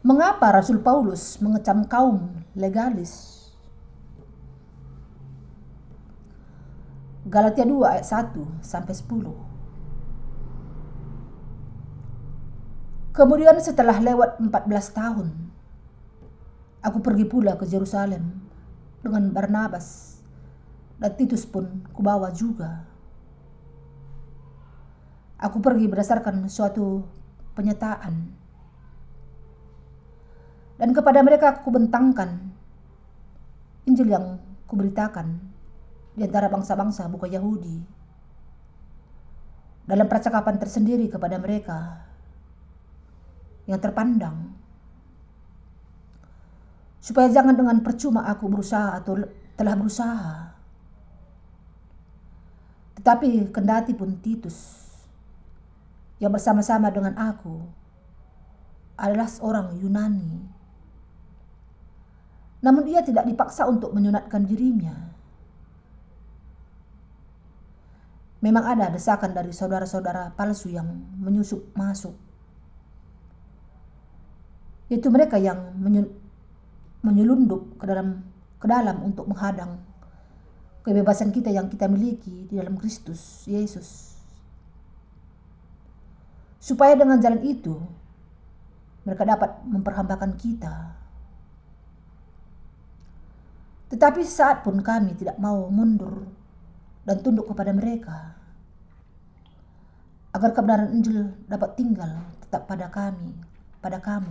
Mengapa Rasul Paulus mengecam kaum legalis? Galatia 2 ayat 1 sampai 10. Kemudian setelah lewat 14 tahun, aku pergi pula ke Yerusalem dengan Barnabas, dan Titus pun kubawa juga. Aku pergi berdasarkan suatu penyataan, dan kepada mereka aku bentangkan Injil yang kuberitakan di antara bangsa-bangsa bukan Yahudi, dalam percakapan tersendiri kepada mereka yang terpandang, supaya jangan dengan percuma aku berusaha atau telah berusaha. Tetapi kendati pun Titus yang bersama-sama dengan aku adalah seorang Yunani, namun ia tidak dipaksa untuk menyunatkan dirinya. Memang ada desakan dari saudara-saudara palsu yang menyusup masuk, yaitu mereka yang menyelundup ke dalam untuk menghadang kebebasan kita yang kita miliki di dalam Kristus Yesus, supaya dengan jalan itu mereka dapat memperhambakan kita. Tetapi saat pun kami tidak mau mundur dan tunduk kepada mereka, agar kebenaran Injil dapat tinggal tetap pada kami, pada kamu.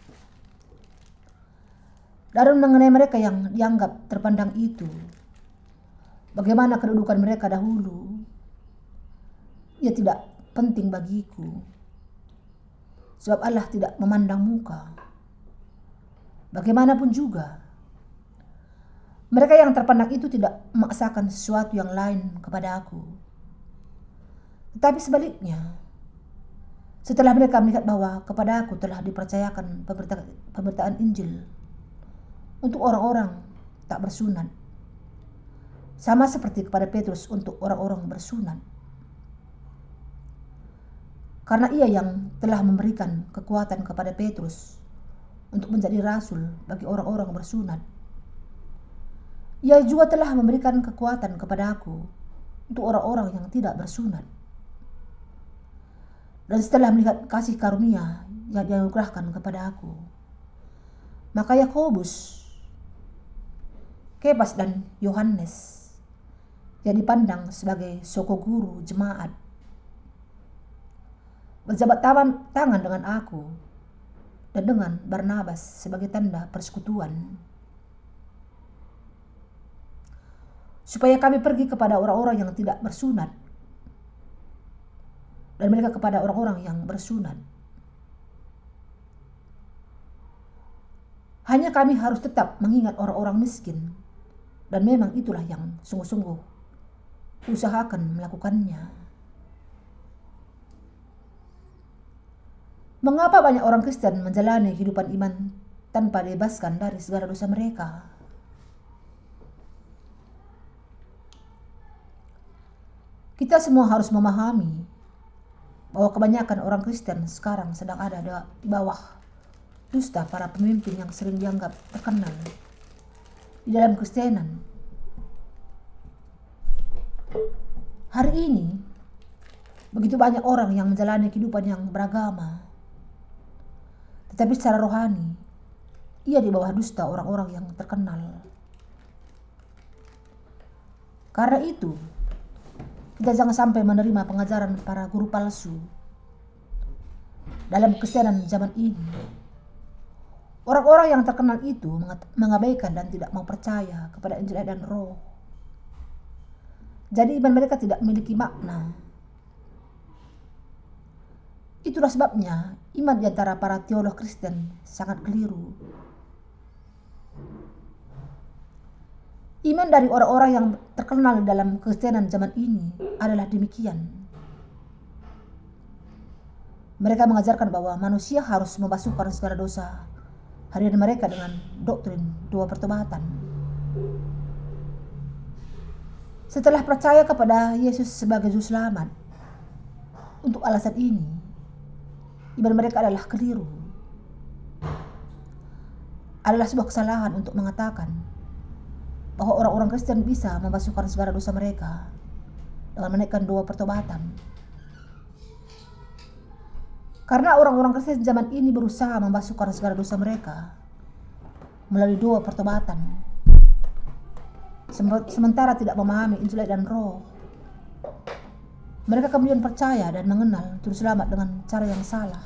Dan mengenai mereka yang dianggap terpandang itu, bagaimana kedudukan mereka dahulu, ia tidak penting bagiku, sebab Allah tidak memandang muka. Bagaimanapun juga, mereka yang terpandang itu tidak memaksakan sesuatu yang lain kepada aku. Tetapi sebaliknya, setelah mereka melihat bahwa kepada aku telah dipercayakan pemberitaan Injil untuk orang-orang tak bersunat, sama seperti kepada Petrus untuk orang-orang bersunat, karena ia yang telah memberikan kekuatan kepada Petrus untuk menjadi rasul bagi orang-orang bersunat, ia juga telah memberikan kekuatan kepada aku untuk orang-orang yang tidak bersunat. Dan setelah melihat kasih karunia yang dianugerahkan kepada aku, maka Yakobus, Kefas dan Yohanes yang dipandang sebagai soko guru jemaat berjabat tangan dengan aku dan dengan Barnabas sebagai tanda persekutuan, supaya kami pergi kepada orang-orang yang tidak bersunat dan mereka kepada orang-orang yang bersunat. Hanya kami harus tetap mengingat orang-orang miskin, dan memang itulah yang sungguh-sungguh usahakan melakukannya. Mengapa banyak orang Kristen menjalani kehidupan iman tanpa dibebaskan dari segala dosa mereka? Kita semua harus memahami bahwa kebanyakan orang Kristen sekarang sedang ada di bawah dusta para pemimpin yang sering dianggap terkenal di dalam Kristenan. Hari ini, begitu banyak orang yang menjalani kehidupan yang beragama, tetapi secara rohani, ia di bawah dusta orang-orang yang terkenal. Karena itu, kita jangan sampai menerima pengajaran para guru palsu dalam Kristenan zaman ini. Orang-orang yang terkenal itu mengabaikan dan tidak mau percaya kepada Injil dan Roh. Jadi iman mereka tidak memiliki makna. Itulah sebabnya iman di antara para teolog Kristen sangat keliru. Iman dari orang-orang yang terkenal dalam Kristenan zaman ini adalah demikian. Mereka mengajarkan bahwa manusia harus membasuhkan segala dosa harian mereka dengan doktrin dua pertobatan. Setelah percaya kepada Yesus sebagai juru selamat, untuk alasan ini, iman mereka adalah keliru. adalah sebuah kesalahan untuk mengatakan bahwa orang-orang Kristen bisa membasuhkan segala dosa mereka dengan menaikkan doa pertobatan. Karena orang-orang Kristen zaman ini berusaha membasuhkan segala dosa mereka melalui doa pertobatan, sementara tidak memahami Injil dan Roh. Mereka kemudian percaya dan mengenal Juru Selamat dengan cara yang salah.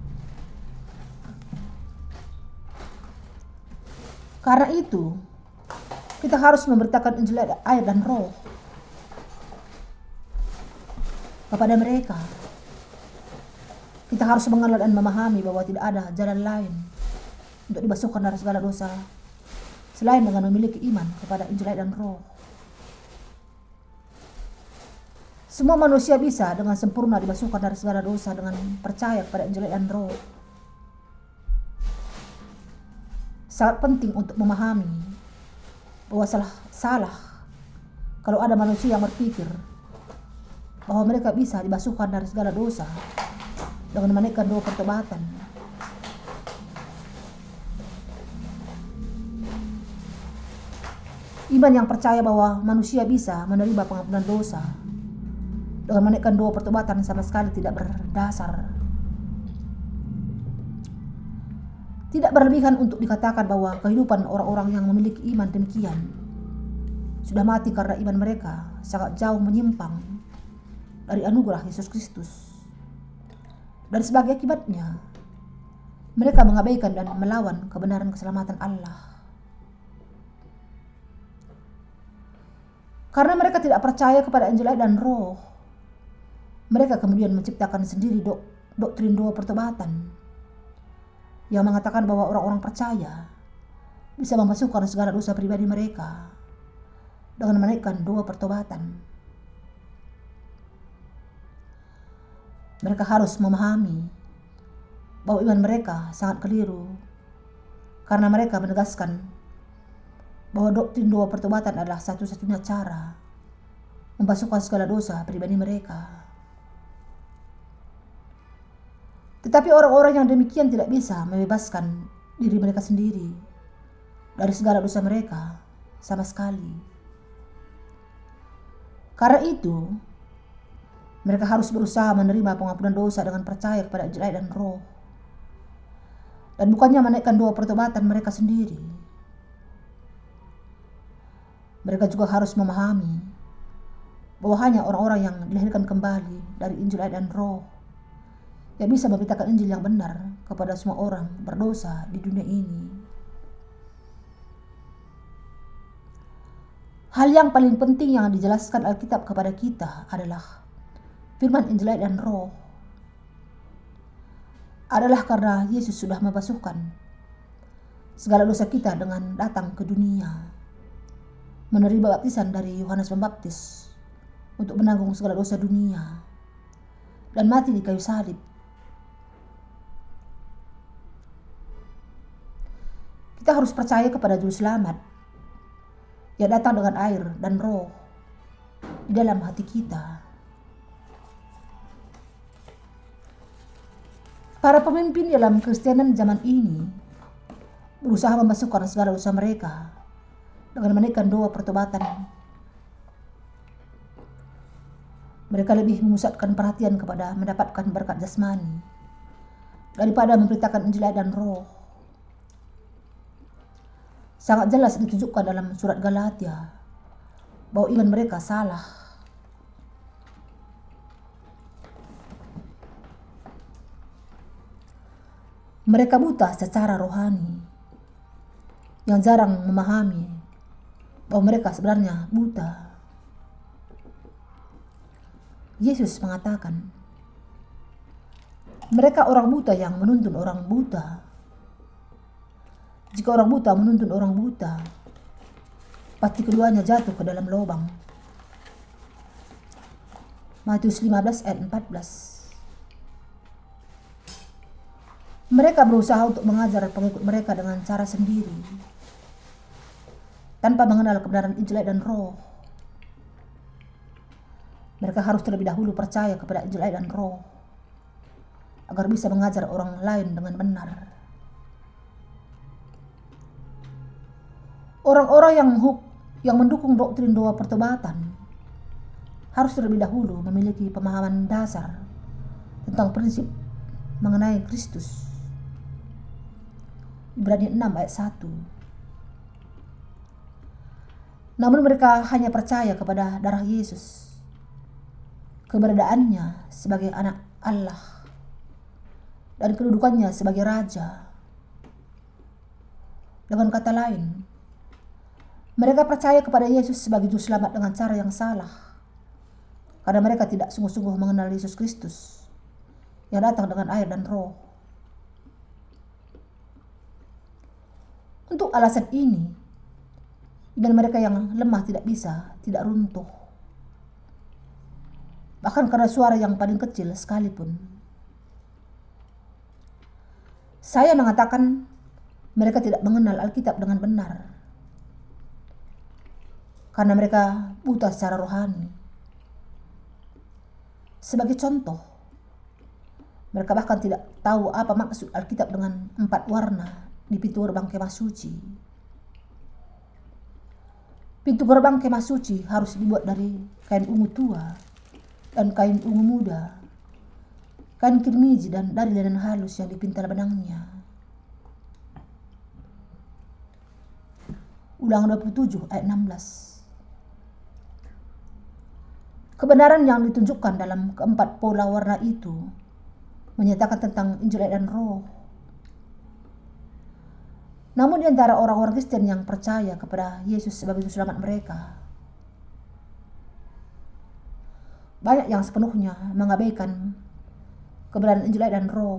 Karena itu, kita harus memberitakan Injil, air dan Roh kepada mereka. Kita harus mengenal dan memahami bahwa tidak ada jalan lain untuk dibasuhkan dari segala dosa selain dengan memiliki iman kepada Injil dan Roh. Semua manusia bisa dengan sempurna dibasuhkan dari segala dosa dengan percaya kepada Injil dan Roh. Sangat penting untuk memahami bahwa salah kalau ada manusia yang berpikir bahwa mereka bisa dibasuhkan dari segala dosa dengan menaikkan doa pertobatan. Iman yang percaya bahwa manusia bisa menerima pengampunan dosa dengan menaikkan doa pertobatan sama sekali tidak berdasar. Tidak berlebihan untuk dikatakan bahwa kehidupan orang-orang yang memiliki iman demikian sudah mati karena iman mereka sangat jauh menyimpang dari anugerah Yesus Kristus. Dan sebagai akibatnya, mereka mengabaikan dan melawan kebenaran keselamatan Allah. Karena mereka tidak percaya kepada Injil dan Roh, mereka kemudian menciptakan sendiri doktrin doa pertobatan yang mengatakan bahwa orang-orang percaya bisa memasukkan segala dosa pribadi mereka dengan menaikkan doa pertobatan. Mereka harus memahami bahwa iman mereka sangat keliru karena mereka menegaskan bahwa doktrin doa pertobatan adalah satu-satunya cara membasuhkan segala dosa pribadi mereka. Tetapi orang-orang yang demikian tidak bisa membebaskan diri mereka sendiri dari segala dosa mereka sama sekali. Karena itu, mereka harus berusaha menerima pengampunan dosa dengan percaya kepada Injil dan Roh, dan bukannya menaikkan doa pertobatan mereka sendiri. Mereka juga harus memahami bahwa hanya orang-orang yang dilahirkan kembali dari Injil dan Roh yang bisa memberitakan Injil yang benar kepada semua orang berdosa di dunia ini. Hal yang paling penting yang dijelaskan Alkitab kepada kita adalah firman Injil dan Roh adalah karena Yesus sudah membasuhkan segala dosa kita dengan datang ke dunia, menerima baptisan dari Yohanes Pembaptis untuk menanggung segala dosa dunia, dan mati di kayu salib. Kita harus percaya kepada Juru Selamat yang datang dengan air dan Roh di dalam hati kita. Para pemimpin dalam Kristenan zaman ini berusaha memasukkan segala dosa mereka dengan menaikkan doa pertobatan. Mereka lebih memusatkan perhatian kepada mendapatkan berkat jasmani daripada memberitakan Injil dan Roh. Sangat jelas ditunjukkan dalam surat Galatia bahwa iman mereka salah. Mereka buta secara rohani, yang jarang memahami bahwa mereka sebenarnya buta. Yesus mengatakan, mereka orang buta yang menuntun orang buta. Jika orang buta menuntun orang buta, pasti keduanya jatuh ke dalam lubang. Matius 15 ayat 14. Mereka berusaha untuk mengajar pengikut mereka dengan cara sendiri, tanpa mengenal kebenaran Injil dan Roh. Mereka harus terlebih dahulu percaya kepada Injil dan Roh, agar bisa mengajar orang lain dengan benar. Orang-orang yang mendukung doktrin doa pertobatan harus terlebih dahulu memiliki pemahaman dasar tentang prinsip mengenai Kristus. Ibrani 6 ayat 1. Namun mereka hanya percaya kepada darah Yesus, keberadaannya sebagai anak Allah, dan kedudukannya sebagai raja. Dengan kata lain, mereka percaya kepada Yesus sebagai juru selamat dengan cara yang salah, karena mereka tidak sungguh-sungguh mengenal Yesus Kristus yang datang dengan air dan roh. Untuk alasan ini, iman mereka yang lemah tidak runtuh. Bahkan karena suara yang paling kecil sekalipun. Saya mengatakan mereka tidak mengenal Alkitab dengan benar, karena mereka buta secara rohani. Sebagai contoh, mereka bahkan tidak tahu apa maksud Alkitab dengan 4 warna di pintu gerbang kemah suci. Pintu gerbang kemah suci harus dibuat dari kain ungu tua dan kain ungu muda, kain kirmiji dan dari linen halus yang dipintal benangnya. Ulangan 27 ayat 16. Kebenaran yang ditunjukkan dalam keempat pola warna itu menyatakan tentang Injil dan Roh. Namun di antara orang-orang Kristen yang percaya kepada Yesus sebagai juru selamat mereka, banyak yang sepenuhnya mengabaikan kebenaran Injil dan Roh.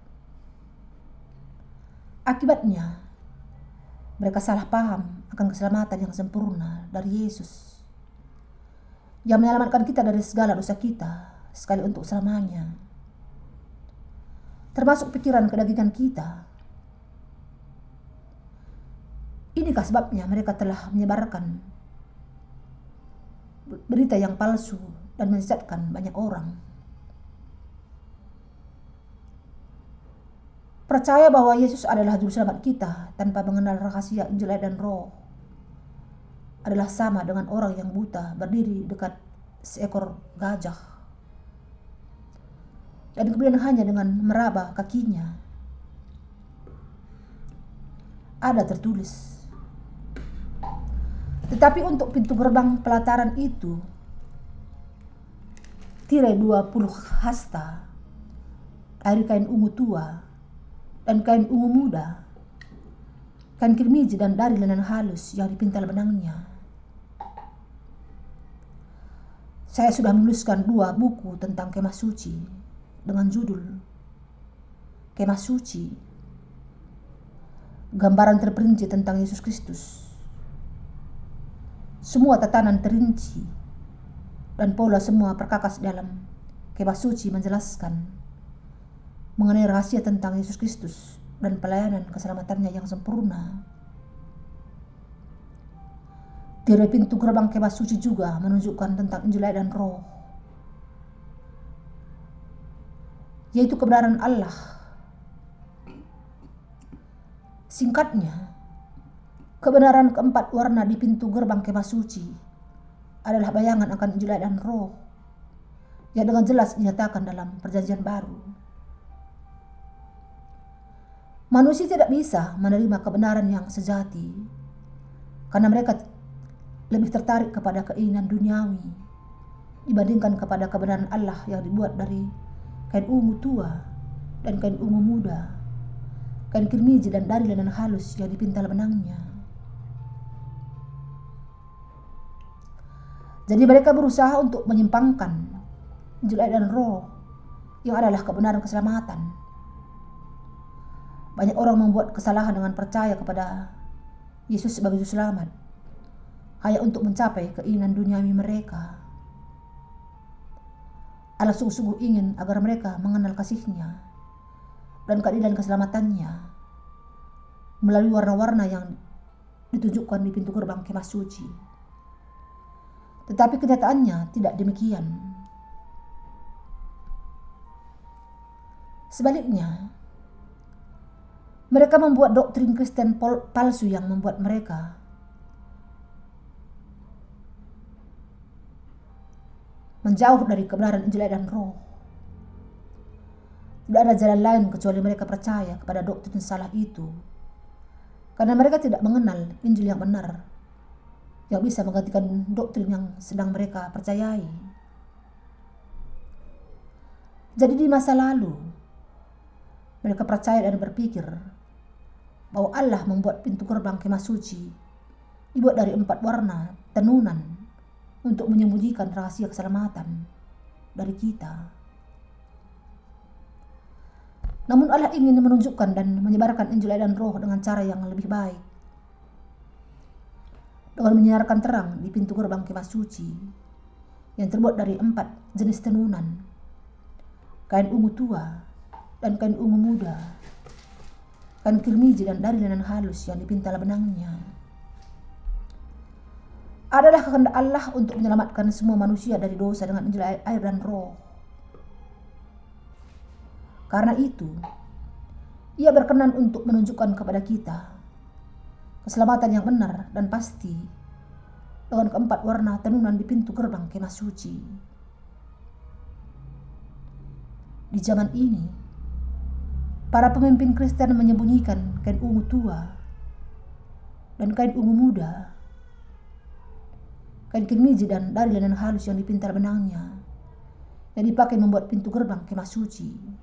Akibatnya, mereka salah paham akan keselamatan yang sempurna dari Yesus, yang menyelamatkan kita dari segala dosa kita sekali untuk selamanya, termasuk pikiran kedagingan kita. Inikah sebabnya mereka telah menyebarkan berita yang palsu dan menyesatkan banyak orang. Percaya bahwa Yesus adalah juru selamat kita tanpa mengenal rahasia Injil dan Roh adalah sama dengan orang yang buta berdiri dekat seekor gajah dan kemudian hanya dengan meraba kakinya ada tertulis, tetapi untuk pintu gerbang pelataran itu tirai 20 hasta dari kain ungu tua dan kain ungu muda, kain kirmiji dan dari linen halus yang dipintal benangnya. Saya sudah menuliskan 2 buku tentang kemah suci dengan judul Kemah Suci, gambaran terperinci tentang Yesus Kristus. Semua tatanan terinci dan pola semua perkakas dalam kemah suci menjelaskan mengenai rahasia tentang Yesus Kristus dan pelayanan keselamatannya yang sempurna. Tirai pintu gerbang kemah suci juga menunjukkan tentang Injil dan Roh, yaitu kebenaran Allah. Singkatnya, kebenaran keempat warna di pintu gerbang kemah suci adalah bayangan akan Injil dan Roh yang dengan jelas dinyatakan dalam Perjanjian Baru. Manusia tidak bisa menerima kebenaran yang sejati karena mereka lebih tertarik kepada keinginan duniawi dibandingkan kepada kebenaran Allah yang dibuat dari kain ungu tua dan kain ungu muda, kain kirmiji dan dari linen halus yang dipintal benangnya. Jadi mereka berusaha untuk menyimpangkan Injil dan Roh yang adalah kebenaran keselamatan. Banyak orang membuat kesalahan dengan percaya kepada Yesus sebagai juru selamat hanya untuk mencapai keinginan duniawi mereka. Allah sungguh-sungguh ingin agar mereka mengenal kasih-Nya dan keadilan keselamatannya melalui warna-warna yang ditunjukkan di pintu gerbang kemah suci. Tetapi kenyataannya tidak demikian. Sebaliknya, mereka membuat doktrin Kristen palsu yang membuat mereka menjauh dari kebenaran Injil dan Roh. Tidak ada jalan lain kecuali mereka percaya kepada doktrin salah itu, karena mereka tidak mengenal Injil yang benar, yang bisa menggantikan doktrin yang sedang mereka percayai. Jadi di masa lalu, mereka percaya dan berpikir bahwa Allah membuat pintu gerbang kemah suci dibuat dari 4 warna tenunan untuk menyembunyikan rahasia keselamatan dari kita. Namun Allah ingin menunjukkan dan menyebarkan Injil dan Roh dengan cara yang lebih baik, dengan menyinarkan terang di pintu gerbang kemah suci yang terbuat dari 4 jenis tenunan, kain ungu tua dan kain ungu muda, kain kirmiji dan dari linen halus yang dipintal benangnya. Adalah kehendak Allah untuk menyelamatkan semua manusia dari dosa dengan Injil, air dan Roh. Karena itu, Ia berkenan untuk menunjukkan kepada kita keselamatan yang benar dan pasti dengan 4 warna tenunan di pintu gerbang kemah suci. Di zaman ini, para pemimpin Kristen menyembunyikan kain ungu tua dan kain ungu muda, kain kirmiji dan dari linen halus yang dipintal benangnya, yang dipakai membuat pintu gerbang kemah suci.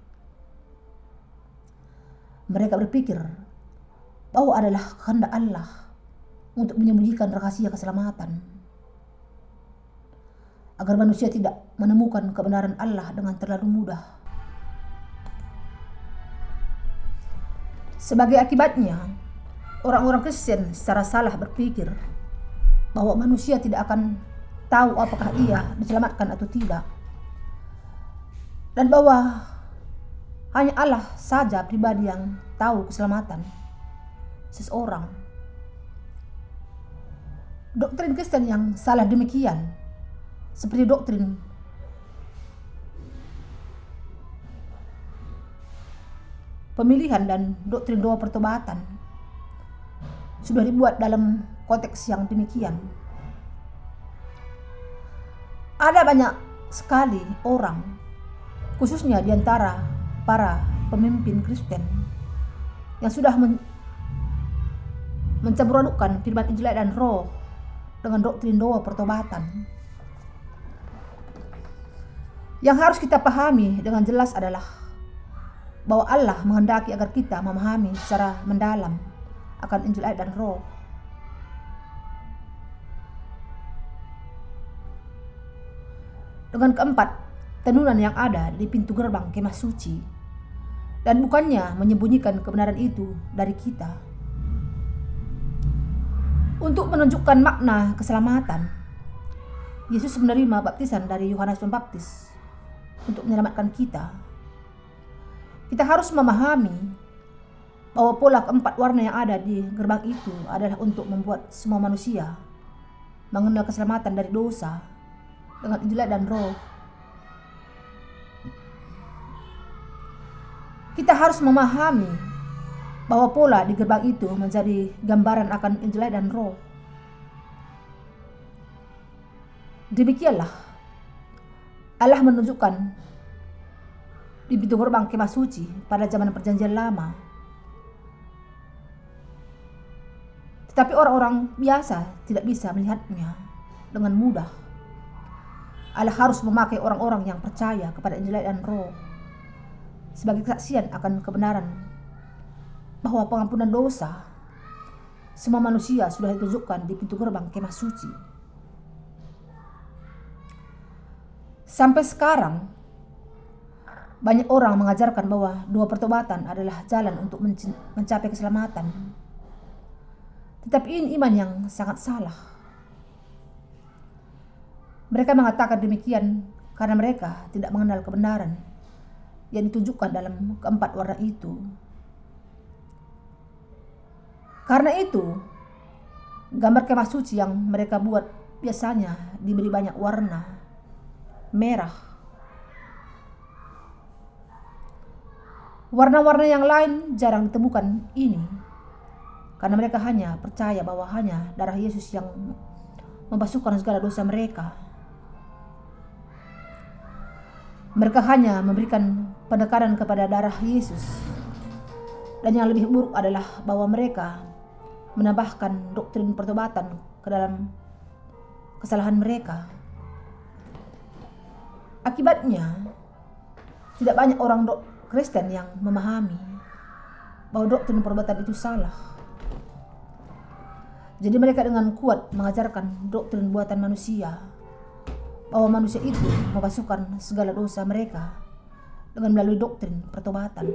Mereka berpikir bahwa adalah kehendak Allah untuk menyembunyikan rahasia keselamatan, agar manusia tidak menemukan kebenaran Allah dengan terlalu mudah. Sebagai akibatnya, orang-orang Kristen secara salah berpikir bahwa manusia tidak akan tahu apakah ia diselamatkan atau tidak, dan bahwa hanya Allah saja pribadi yang tahu keselamatan seseorang. Doktrin Kristen yang salah demikian, seperti doktrin pemilihan dan doktrin doa pertobatan, sudah dibuat dalam konteks yang demikian. Ada banyak sekali orang, khususnya di antara para pemimpin Kristen, yang sudah mencampur adukkan firman Injil dan Roh dengan doktrin doa pertobatan. Yang harus kita pahami dengan jelas adalah bahwa Allah menghendaki agar kita memahami secara mendalam akan Injil dan Roh. Dengan keempat tenunan yang ada di pintu gerbang kemah suci, dan bukannya menyembunyikan kebenaran itu dari kita. Untuk menunjukkan makna keselamatan, Yesus menerima baptisan dari Yohanes Pembaptis untuk menyelamatkan kita. Kita harus memahami bahwa pola keempat warna yang ada di gerbang itu adalah untuk membuat semua manusia mengenal keselamatan dari dosa dengan Injil dan Roh. Kita harus memahami bahwa pola di gerbang itu menjadi gambaran akan Injil dan Roh. Demikianlah Allah menunjukkan di pintu gerbang kemah suci pada zaman perjanjian lama. Tetapi orang-orang biasa tidak bisa melihatnya dengan mudah. Allah harus memakai orang-orang yang percaya kepada Injil dan Roh sebagai kesaksian akan kebenaran bahwa pengampunan dosa semua manusia sudah ditunjukkan di pintu gerbang kemah suci. Sampai sekarang, banyak orang mengajarkan bahwa doa pertobatan adalah jalan untuk mencapai keselamatan. Tetapi ini iman yang sangat salah. Mereka mengatakan demikian karena mereka tidak mengenal kebenaran yang ditunjukkan dalam keempat warna itu. Karena itu, gambar kemah suci yang mereka buat biasanya diberi banyak warna merah. Warna-warna yang lain jarang ditemukan ini, karena mereka hanya percaya bahwa hanya darah Yesus yang membasuhkan segala dosa mereka. Mereka hanya memberikan penekanan kepada darah Yesus. Dan yang lebih buruk adalah bahwa mereka menambahkan doktrin pertobatan ke dalam kesalahan mereka. Akibatnya, tidak banyak orang Kristen yang memahami bahwa doktrin pertobatan itu salah. Jadi mereka dengan kuat mengajarkan doktrin buatan manusia, bahwa manusia itu memasukkan segala dosa mereka dengan melalui doktrin pertobatan.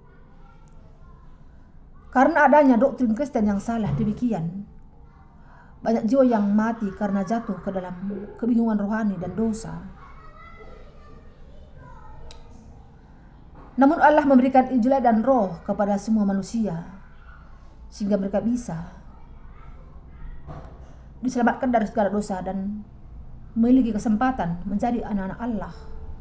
Karena adanya doktrin Kristen yang salah demikian, banyak jiwa yang mati karena jatuh ke dalam kebingungan rohani dan dosa. Namun Allah memberikan Injil dan Roh kepada semua manusia, sehingga mereka bisa diselamatkan dari segala dosa dan memiliki kesempatan menjadi anak-anak Allah.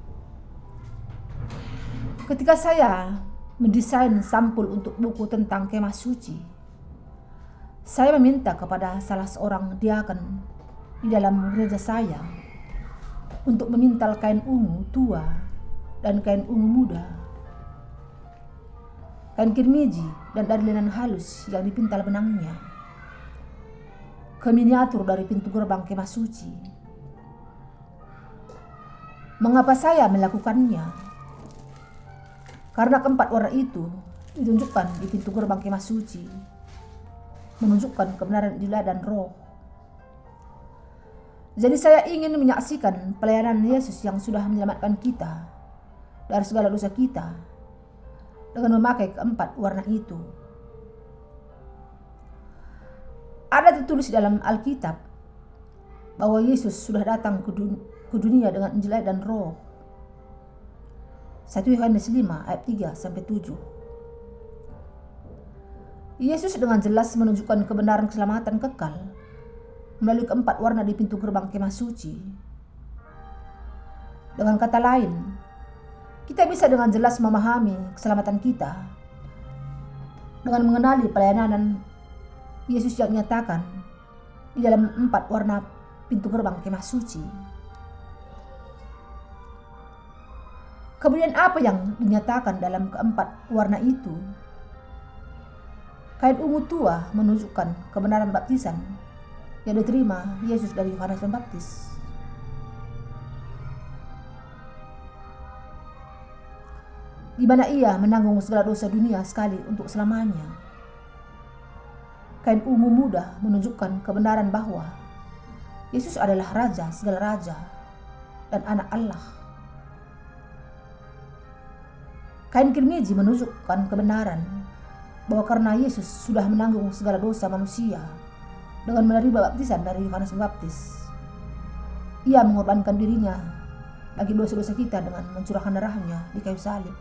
Ketika saya mendesain sampul untuk buku tentang kemah suci, saya meminta kepada salah seorang diaken di dalam gereja saya untuk memintal kain ungu tua dan kain ungu muda, kain kirmiji dan dari linen halus yang dipintal benangnya, ke miniatur dari pintu gerbang kemah suci. Mengapa saya melakukannya? Karena keempat warna itu ditunjukkan di pintu gerbang kemah suci, menunjukkan kebenaran Injil dan Roh. Jadi saya ingin menyaksikan pelayanan Yesus yang sudah menyelamatkan kita dari segala dosa kita dengan memakai keempat warna itu. Ada tertulis dalam Alkitab bahwa Yesus sudah datang ke dunia dengan Injil dan Roh. 1 Yohanes 5 ayat 3-7. Yesus dengan jelas menunjukkan kebenaran keselamatan kekal melalui keempat warna di pintu gerbang kemah suci. Dengan kata lain, kita bisa dengan jelas memahami keselamatan kita dengan mengenali pelayanan Yesus yang nyatakan di dalam 4 warna pintu gerbang kemah suci. Kemudian apa yang dinyatakan dalam keempat warna itu? Kain ungu tua menunjukkan kebenaran baptisan yang diterima Yesus dari Yohanes Pembaptis. Di mana ia menanggung segala dosa dunia sekali untuk selamanya. Kain ungu muda menunjukkan kebenaran bahwa Yesus adalah Raja segala raja dan anak Allah. Kain kirmiji menunjukkan kebenaran bahwa karena Yesus sudah menanggung segala dosa manusia dengan menerima baptisan dari Yohanes Pembaptis, ia mengorbankan dirinya bagi dosa-dosa kita dengan mencurahkan darahnya di kayu salib.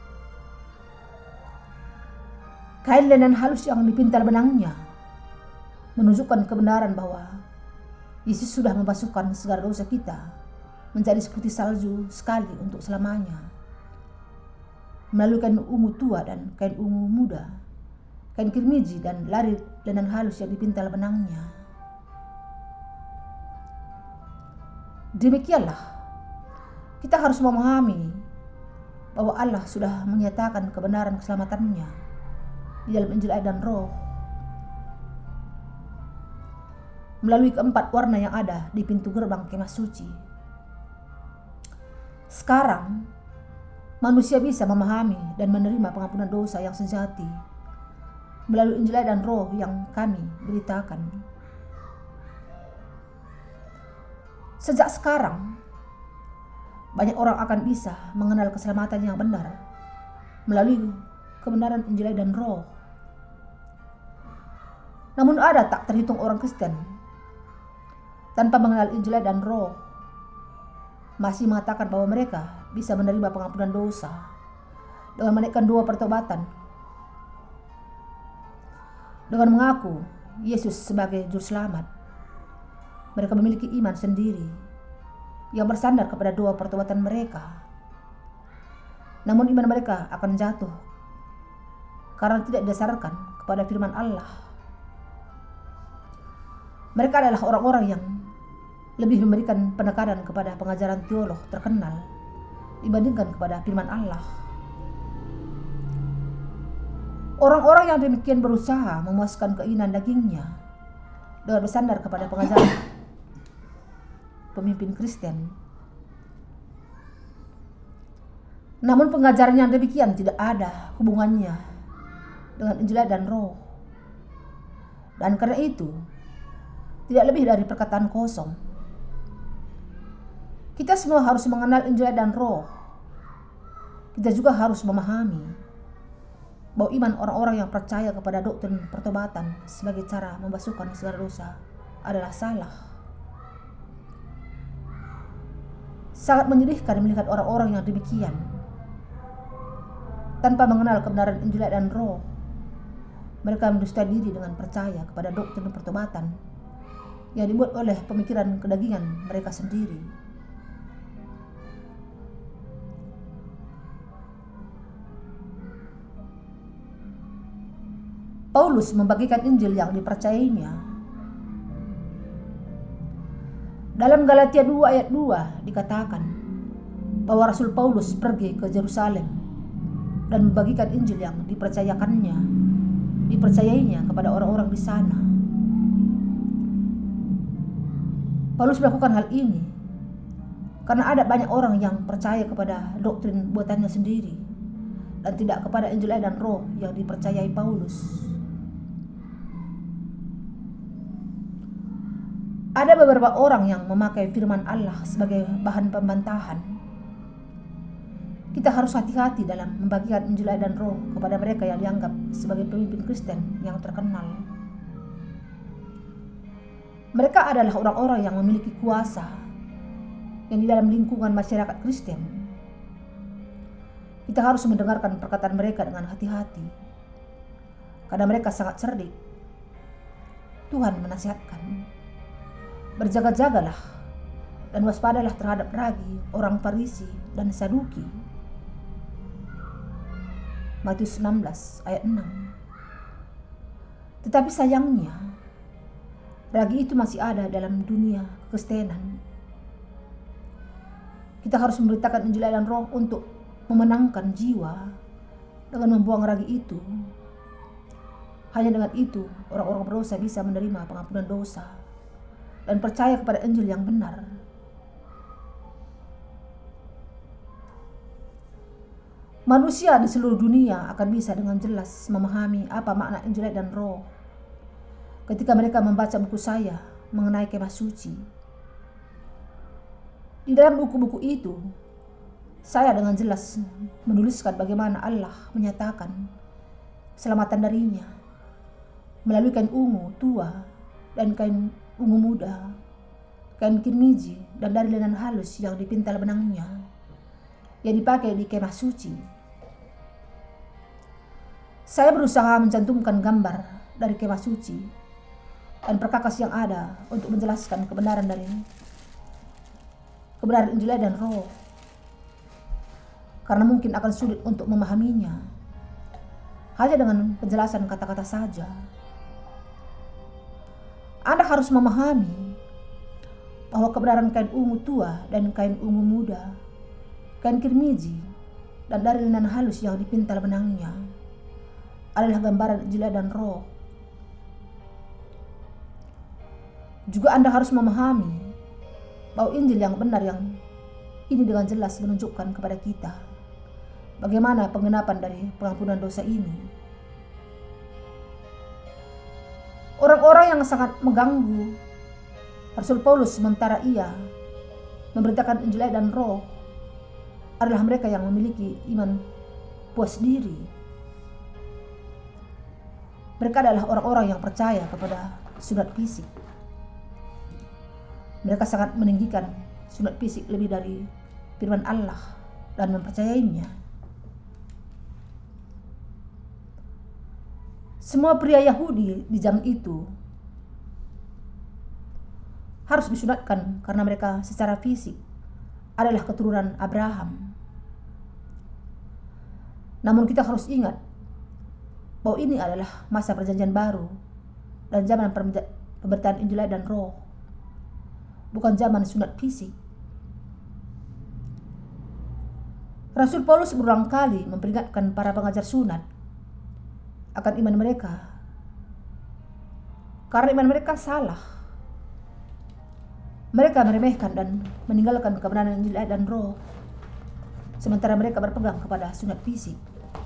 Kain linen halus yang dipintal benangnya menunjukkan kebenaran bahwa Yesus sudah membasuhkan segala dosa kita menjadi seperti salju sekali untuk selamanya. Melalui kain ungu tua dan kain ungu muda, kain kirmiji dan lari linen halus yang dipintal benangnya. Demikianlah, kita harus memahami bahwa Allah sudah menyatakan kebenaran keselamatannya di dalam Injil dan Roh melalui keempat warna yang ada di pintu gerbang kemah suci. Sekarang, manusia bisa memahami dan menerima pengampunan dosa yang sejati melalui Injil dan Roh yang kami beritakan. Sejak sekarang, banyak orang akan bisa mengenal keselamatan yang benar melalui kebenaran Injil dan Roh. Namun ada tak terhitung orang Kristen tanpa mengenal Injil dan Roh masih mengatakan bahwa mereka bisa menerima pengampunan dosa dengan menaikkan doa pertobatan, dengan mengaku Yesus sebagai juru selamat. Mereka memiliki iman sendiri yang bersandar kepada doa pertobatan mereka. Namun iman mereka akan jatuh karena tidak didasarkan kepada firman Allah. Mereka adalah orang-orang yang lebih memberikan penekanan kepada pengajaran teolog terkenal dibandingkan kepada firman Allah. Orang-orang yang demikian berusaha memuaskan keinginan dagingnya dengan bersandar kepada pengajaran pemimpin Kristen. Namun pengajaran yang demikian tidak ada hubungannya dengan Injil dan Roh. Dan karena itu, tidak lebih dari perkataan kosong. Kita semua harus mengenal Injil dan Roh. Kita juga harus memahami bahwa iman orang-orang yang percaya kepada doktrin pertobatan sebagai cara membasuhkan segala dosa adalah salah. Sangat menyedihkan melihat orang-orang yang demikian. Tanpa mengenal kebenaran Injil dan Roh, mereka mendusta diri dengan percaya kepada doktrin pertobatan yang dibuat oleh pemikiran kedagingan mereka sendiri. Paulus membagikan Injil yang dipercayainya. Dalam Galatia 2 ayat 2 dikatakan bahwa Rasul Paulus pergi ke Yerusalem dan membagikan Injil yang dipercayainya kepada orang-orang di sana. Paulus melakukan hal ini karena ada banyak orang yang percaya kepada doktrin buatannya sendiri dan tidak kepada Injil dan Roh yang dipercayai Paulus. Ada beberapa orang yang memakai firman Allah sebagai bahan pembantahan. Kita harus hati-hati dalam membagikan Injil dan Roh kepada mereka yang dianggap sebagai pemimpin Kristen yang terkenal. Mereka adalah orang-orang yang memiliki kuasa yang di dalam lingkungan masyarakat Kristen. Kita harus mendengarkan perkataan mereka dengan hati-hati, karena mereka sangat cerdik. Tuhan menasihatkan, berjaga-jagalah dan waspadalah terhadap ragi orang Farisi dan Saduki. Matius 16 ayat 6. Tetapi sayangnya, ragi itu masih ada dalam dunia kekristenan. Kita harus memberitakan Injil dan Roh untuk memenangkan jiwa dengan membuang ragi itu. Hanya dengan itu, orang-orang berdosa bisa menerima pengampunan dosa dan percaya kepada Injil yang benar. Manusia di seluruh dunia akan bisa dengan jelas memahami apa makna Injil dan Roh ketika mereka membaca buku saya mengenai kemah suci. Di dalam buku-buku itu, saya dengan jelas menuliskan bagaimana Allah menyatakan keselamatan darinya melalui kain ungu tua dan kain ungu muda, kain kirmiji, dan dari linen halus yang dipintal benangnya yang dipakai di kemah suci. Saya berusaha mencantumkan gambar dari kemah suci dan perkakas yang ada untuk menjelaskan kebenaran Injil dan Roh, karena mungkin akan sulit untuk memahaminya hanya dengan penjelasan kata-kata saja. Anda harus memahami bahwa kebenaran kain ungu tua dan kain ungu muda, kain kirmiji, dan dari linen halus yang dipintal benangnya adalah gambaran Injil dan Roh. Juga Anda harus memahami bahwa Injil yang benar yang ini dengan jelas menunjukkan kepada kita bagaimana penggenapan dari pengampunan dosa ini. Orang-orang yang sangat mengganggu Rasul Paulus sementara ia memberitakan Injil dan Roh adalah mereka yang memiliki iman puas diri. Mereka adalah orang-orang yang percaya kepada sunat fisik. Mereka sangat meninggikan sunat fisik lebih dari firman Allah dan mempercayainya. Semua pria Yahudi di zaman itu harus disunatkan karena mereka secara fisik adalah keturunan Abraham. Namun kita harus ingat bahwa ini adalah masa perjanjian baru dan zaman pemberitaan Injil dan Roh, bukan zaman sunat fisik. Rasul Paulus berulang kali memperingatkan para pengajar sunat akan iman mereka, karena iman mereka salah. Mereka meremehkan dan meninggalkan kebenaran Injil, ayat dan Roh, sementara mereka berpegang kepada sunat fisik.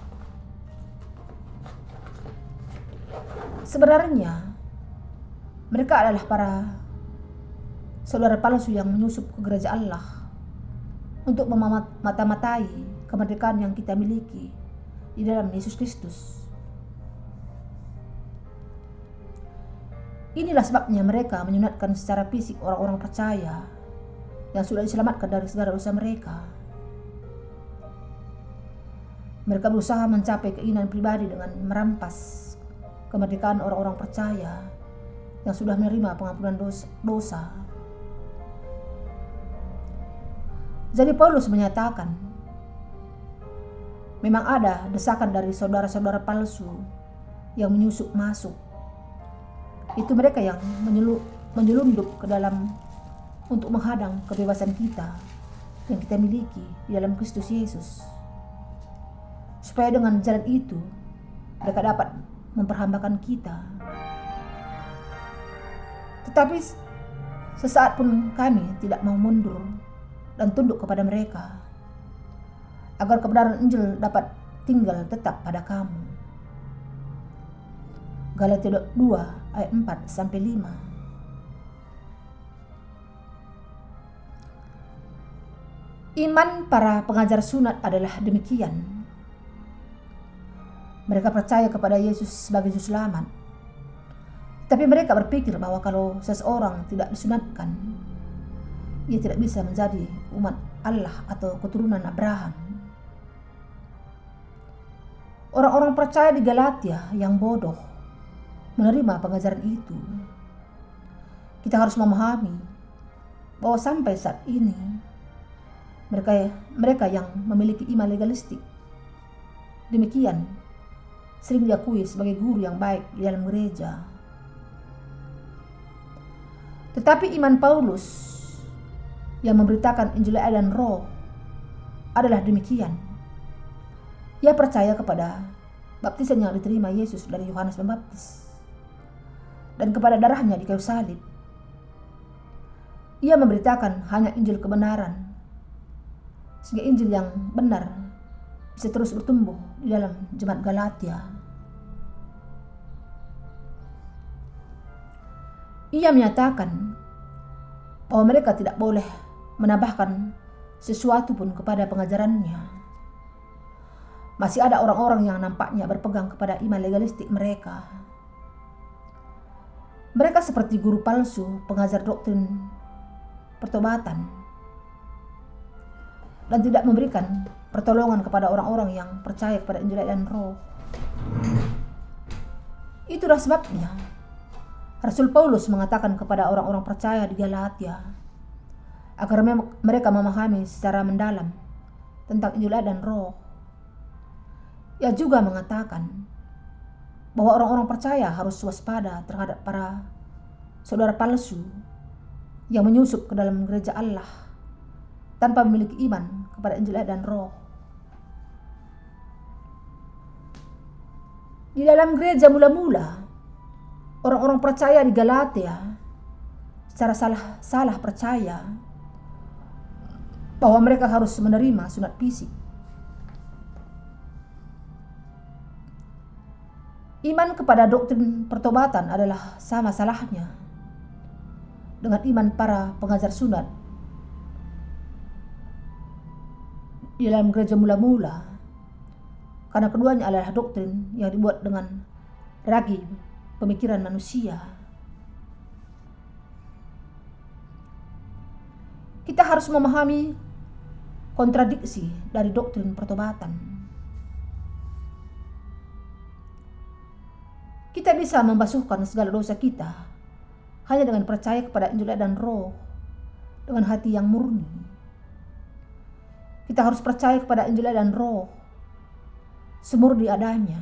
Sebenarnya mereka adalah para saudara palsu yang menyusup ke gereja Allah untuk memata-matai kemerdekaan yang kita miliki di dalam Yesus Kristus. Inilah sebabnya mereka menyunatkan secara fisik orang-orang percaya yang sudah diselamatkan dari segala dosa mereka. Mereka berusaha mencapai keinginan pribadi dengan merampas kemerdekaan orang-orang percaya yang sudah menerima pengampunan dosa. Jadi Paulus menyatakan, memang ada desakan dari saudara-saudara palsu yang menyusup masuk. Itu mereka yang menyelundup ke dalam untuk menghadang kebebasan kita yang kita miliki di dalam Kristus Yesus. Supaya dengan jalan itu mereka dapat memperhambakan kita. Tetapi sesaat pun kami tidak mau mundur dan tunduk kepada mereka, agar kebenaran Injil dapat tinggal tetap pada kamu. Galatia 2 ayat 4-5. Iman para pengajar sunat adalah demikian. Mereka percaya kepada Yesus sebagai juru selamat. Tapi mereka berpikir bahwa kalau seseorang tidak disunatkan, ia tidak bisa menjadi umat Allah atau keturunan Abraham. Orang-orang percaya di Galatia yang bodoh menerima pengajaran itu. Kita harus memahami bahwa sampai saat ini mereka yang memiliki iman legalistik demikian sering diakui sebagai guru yang baik di dalam gereja. Tetapi iman Paulus yang memberitakan Injil, ayat dan Roh adalah demikian. Ia percaya kepada baptisan yang diterima Yesus dari Yohanes Pembaptis dan kepada darahnya di kayu salib. Ia memberitakan hanya Injil kebenaran, sehingga Injil yang benar bisa terus bertumbuh di dalam jemaat Galatia. Ia menyatakan bahwa mereka tidak boleh menambahkan sesuatu pun kepada pengajarannya. Masih ada orang-orang yang nampaknya berpegang kepada iman legalistik mereka. Mereka seperti guru palsu, pengajar doktrin pertobatan, dan tidak memberikan pertolongan kepada orang-orang yang percaya kepada Injil dan Roh. Itulah sebabnya Rasul Paulus mengatakan kepada orang-orang percaya di Galatia agar mereka memahami secara mendalam tentang Injil dan Roh. Ia juga mengatakan bahwa orang-orang percaya harus waspada terhadap para saudara palsu yang menyusup ke dalam gereja Allah tanpa memiliki iman kepada Injil dan Roh. Di dalam gereja mula-mula, orang-orang percaya di Galatia secara salah percaya bahwa mereka harus menerima sunat fisik. Iman kepada doktrin pertobatan adalah sama salahnya dengan iman para pengajar sunat di dalam gereja mula-mula, karena keduanya adalah doktrin yang dibuat dengan ragi pemikiran manusia. Kita harus memahami kontradiksi dari doktrin pertobatan. Kita bisa membasuhkan segala dosa kita hanya dengan percaya kepada Injil dan Roh dengan hati yang murni. Kita harus percaya kepada Injil dan Roh semurni adanya.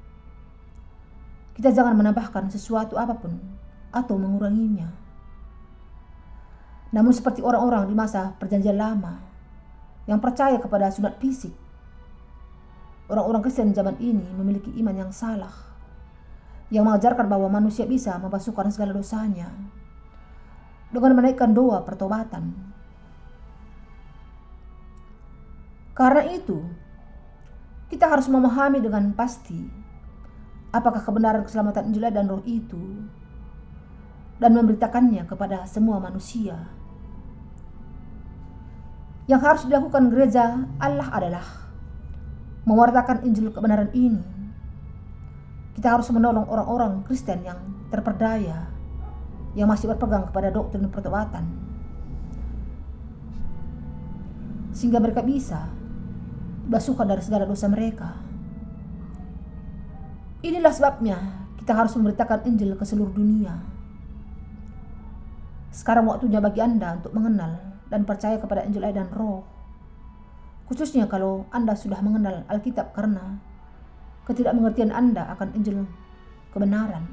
Kita jangan menambahkan sesuatu apapun atau menguranginya. Namun seperti orang-orang di masa perjanjian lama yang percaya kepada sunat fisik. Orang-orang Kristen zaman ini memiliki iman yang salah, yang mengajarkan bahwa manusia bisa membasuhkan segala dosanya dengan menaikkan doa pertobatan. Karena itu, kita harus memahami dengan pasti apakah kebenaran keselamatan Injil dan Roh itu, dan memberitakannya kepada semua manusia. Yang harus dilakukan gereja Allah adalah mewartakan Injil kebenaran ini. Kita harus menolong orang-orang Kristen yang terperdaya, yang masih berpegang kepada doktrin pertobatan, sehingga mereka bisa dibasuhkan dari segala dosa mereka. Inilah sebabnya kita harus memberitakan Injil ke seluruh dunia. Sekarang waktunya bagi Anda untuk mengenal dan percaya kepada Injil dan Roh, khususnya kalau Anda sudah mengenal Alkitab karena ketidakmengertian Anda akan Injil kebenaran.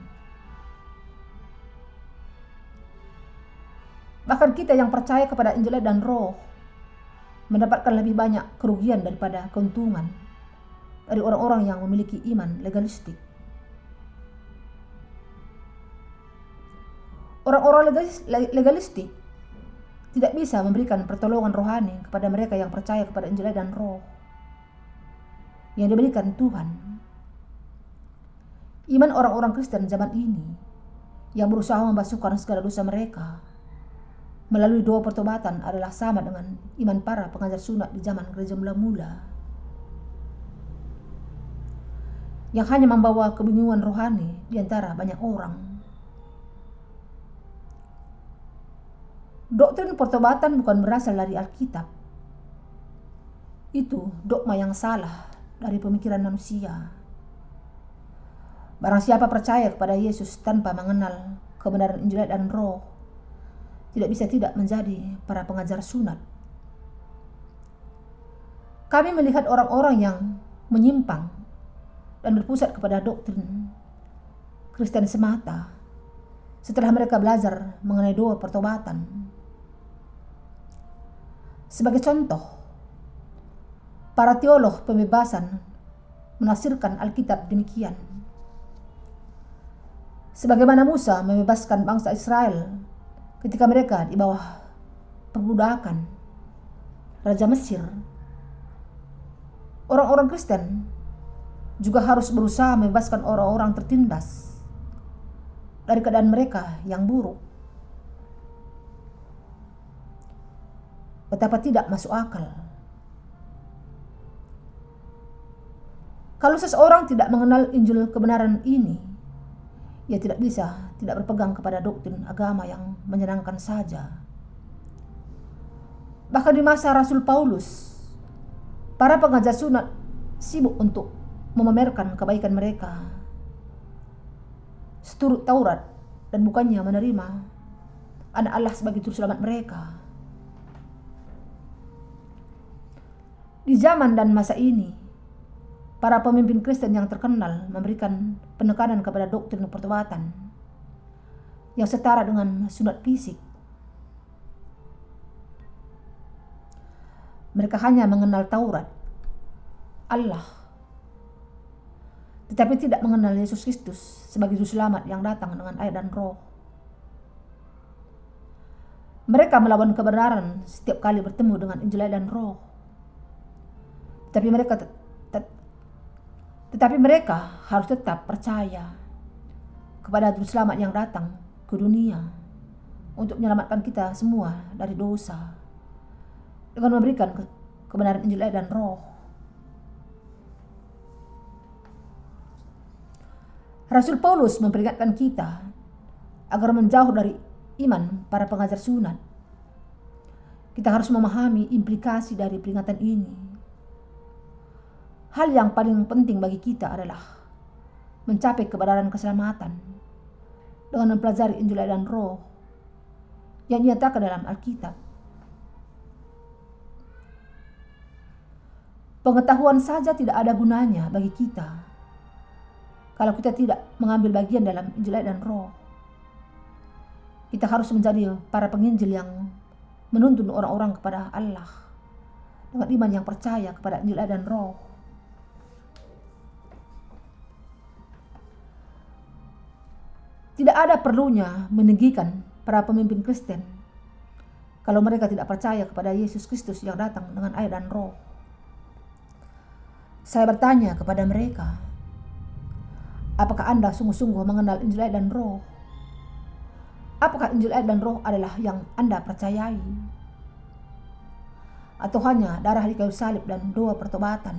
Bahkan kita yang percaya kepada Injil dan Roh mendapatkan lebih banyak kerugian daripada keuntungan dari orang-orang yang memiliki iman legalistik. Orang-orang legalistik tidak bisa memberikan pertolongan rohani kepada mereka yang percaya kepada Injil dan Roh yang diberikan Tuhan. Iman orang-orang Kristen zaman ini yang berusaha membasuhkan segala dosa mereka melalui doa pertobatan adalah sama dengan iman para pengajar sunat di zaman gereja mula-mula, yang hanya membawa kebingungan rohani di antara banyak orang. Doktrin pertobatan bukan berasal dari Alkitab. Itu dogma yang salah dari pemikiran manusia. Barang siapa percaya kepada Yesus tanpa mengenal kebenaran Injil dan Roh, tidak bisa tidak menjadi para pengajar sunat. Kami melihat orang-orang yang menyimpang dan berpusat kepada doktrin Kristen semata setelah mereka belajar mengenai doa pertobatan. Sebagai contoh, para teolog pembebasan menafsirkan Alkitab demikian: sebagaimana Musa membebaskan bangsa Israel ketika mereka di bawah perbudakan Raja Mesir, orang-orang Kristen juga harus berusaha membebaskan orang-orang tertindas dari keadaan mereka yang buruk. Betapa tidak masuk akal. Kalau seseorang tidak mengenal Injil kebenaran ini, ia tidak bisa tidak berpegang kepada doktrin agama yang menyenangkan saja. Bahkan di masa Rasul Paulus, para pengajar sunat sibuk untuk memamerkan kebaikan mereka seturut Taurat dan bukannya menerima anak Allah sebagai juru selamat mereka. Di zaman dan masa ini, para pemimpin Kristen yang terkenal memberikan penekanan kepada doktrin pertobatan yang setara dengan sunat fisik. Mereka hanya mengenal Taurat, Allah, tetapi tidak mengenal Yesus Kristus sebagai juru selamat yang datang dengan air dan Roh. Mereka melawan kebenaran setiap kali bertemu dengan Injil dan Roh. Tetapi mereka harus tetap percaya kepada Juru Selamat yang datang ke dunia untuk menyelamatkan kita semua dari dosa dengan memberikan kebenaran Injil dan Roh. Rasul Paulus memperingatkan kita agar menjauh dari iman para pengajar sunat. Kita harus memahami implikasi dari peringatan ini. Hal yang paling penting bagi kita adalah mencapai kebenaran keselamatan dengan mempelajari Injil dan Roh yang dinyatakan dalam Alkitab. Pengetahuan saja tidak ada gunanya bagi kita kalau kita tidak mengambil bagian dalam Injil dan Roh. Kita harus menjadi para penginjil yang menuntun orang-orang kepada Allah dengan iman yang percaya kepada Injil Air dan Roh. Tidak ada perlunya meninggikan para pemimpin Kristen kalau mereka tidak percaya kepada Yesus Kristus yang datang dengan air dan Roh. Saya bertanya kepada mereka, apakah Anda sungguh-sungguh mengenal Injil Air dan Roh? Apakah Injil Air dan Roh adalah yang Anda percayai? Atau hanya darah di kayu salib dan doa pertobatan?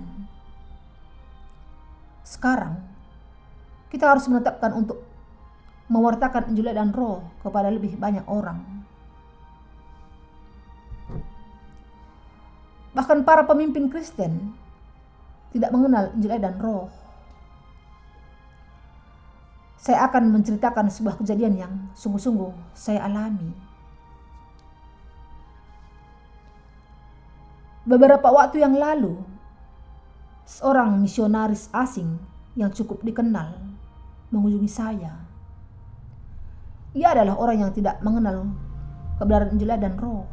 Sekarang, kita harus menetapkan untuk mewartakan Injil Air dan Roh kepada lebih banyak orang. Bahkan para pemimpin Kristen tidak mengenal Injil Air dan Roh. Saya akan menceritakan sebuah kejadian yang sungguh-sungguh saya alami. Beberapa waktu yang lalu, seorang misionaris asing yang cukup dikenal mengunjungi saya. Ia adalah orang yang tidak mengenal kebenaran Injil Air dan Roh.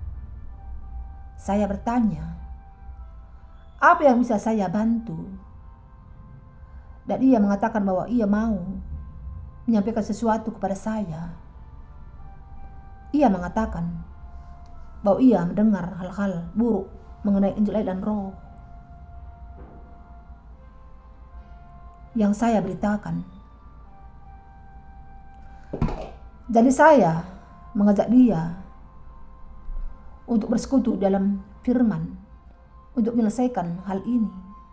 Saya bertanya, apa yang bisa saya bantu? Dan ia mengatakan bahwa ia mau menyampaikan sesuatu kepada saya. Ia mengatakan bahwa ia mendengar hal-hal buruk mengenai Injil Air dan Roh yang saya beritakan. Jadi saya mengajak dia untuk bersekutu dalam firman untuk menyelesaikan hal ini.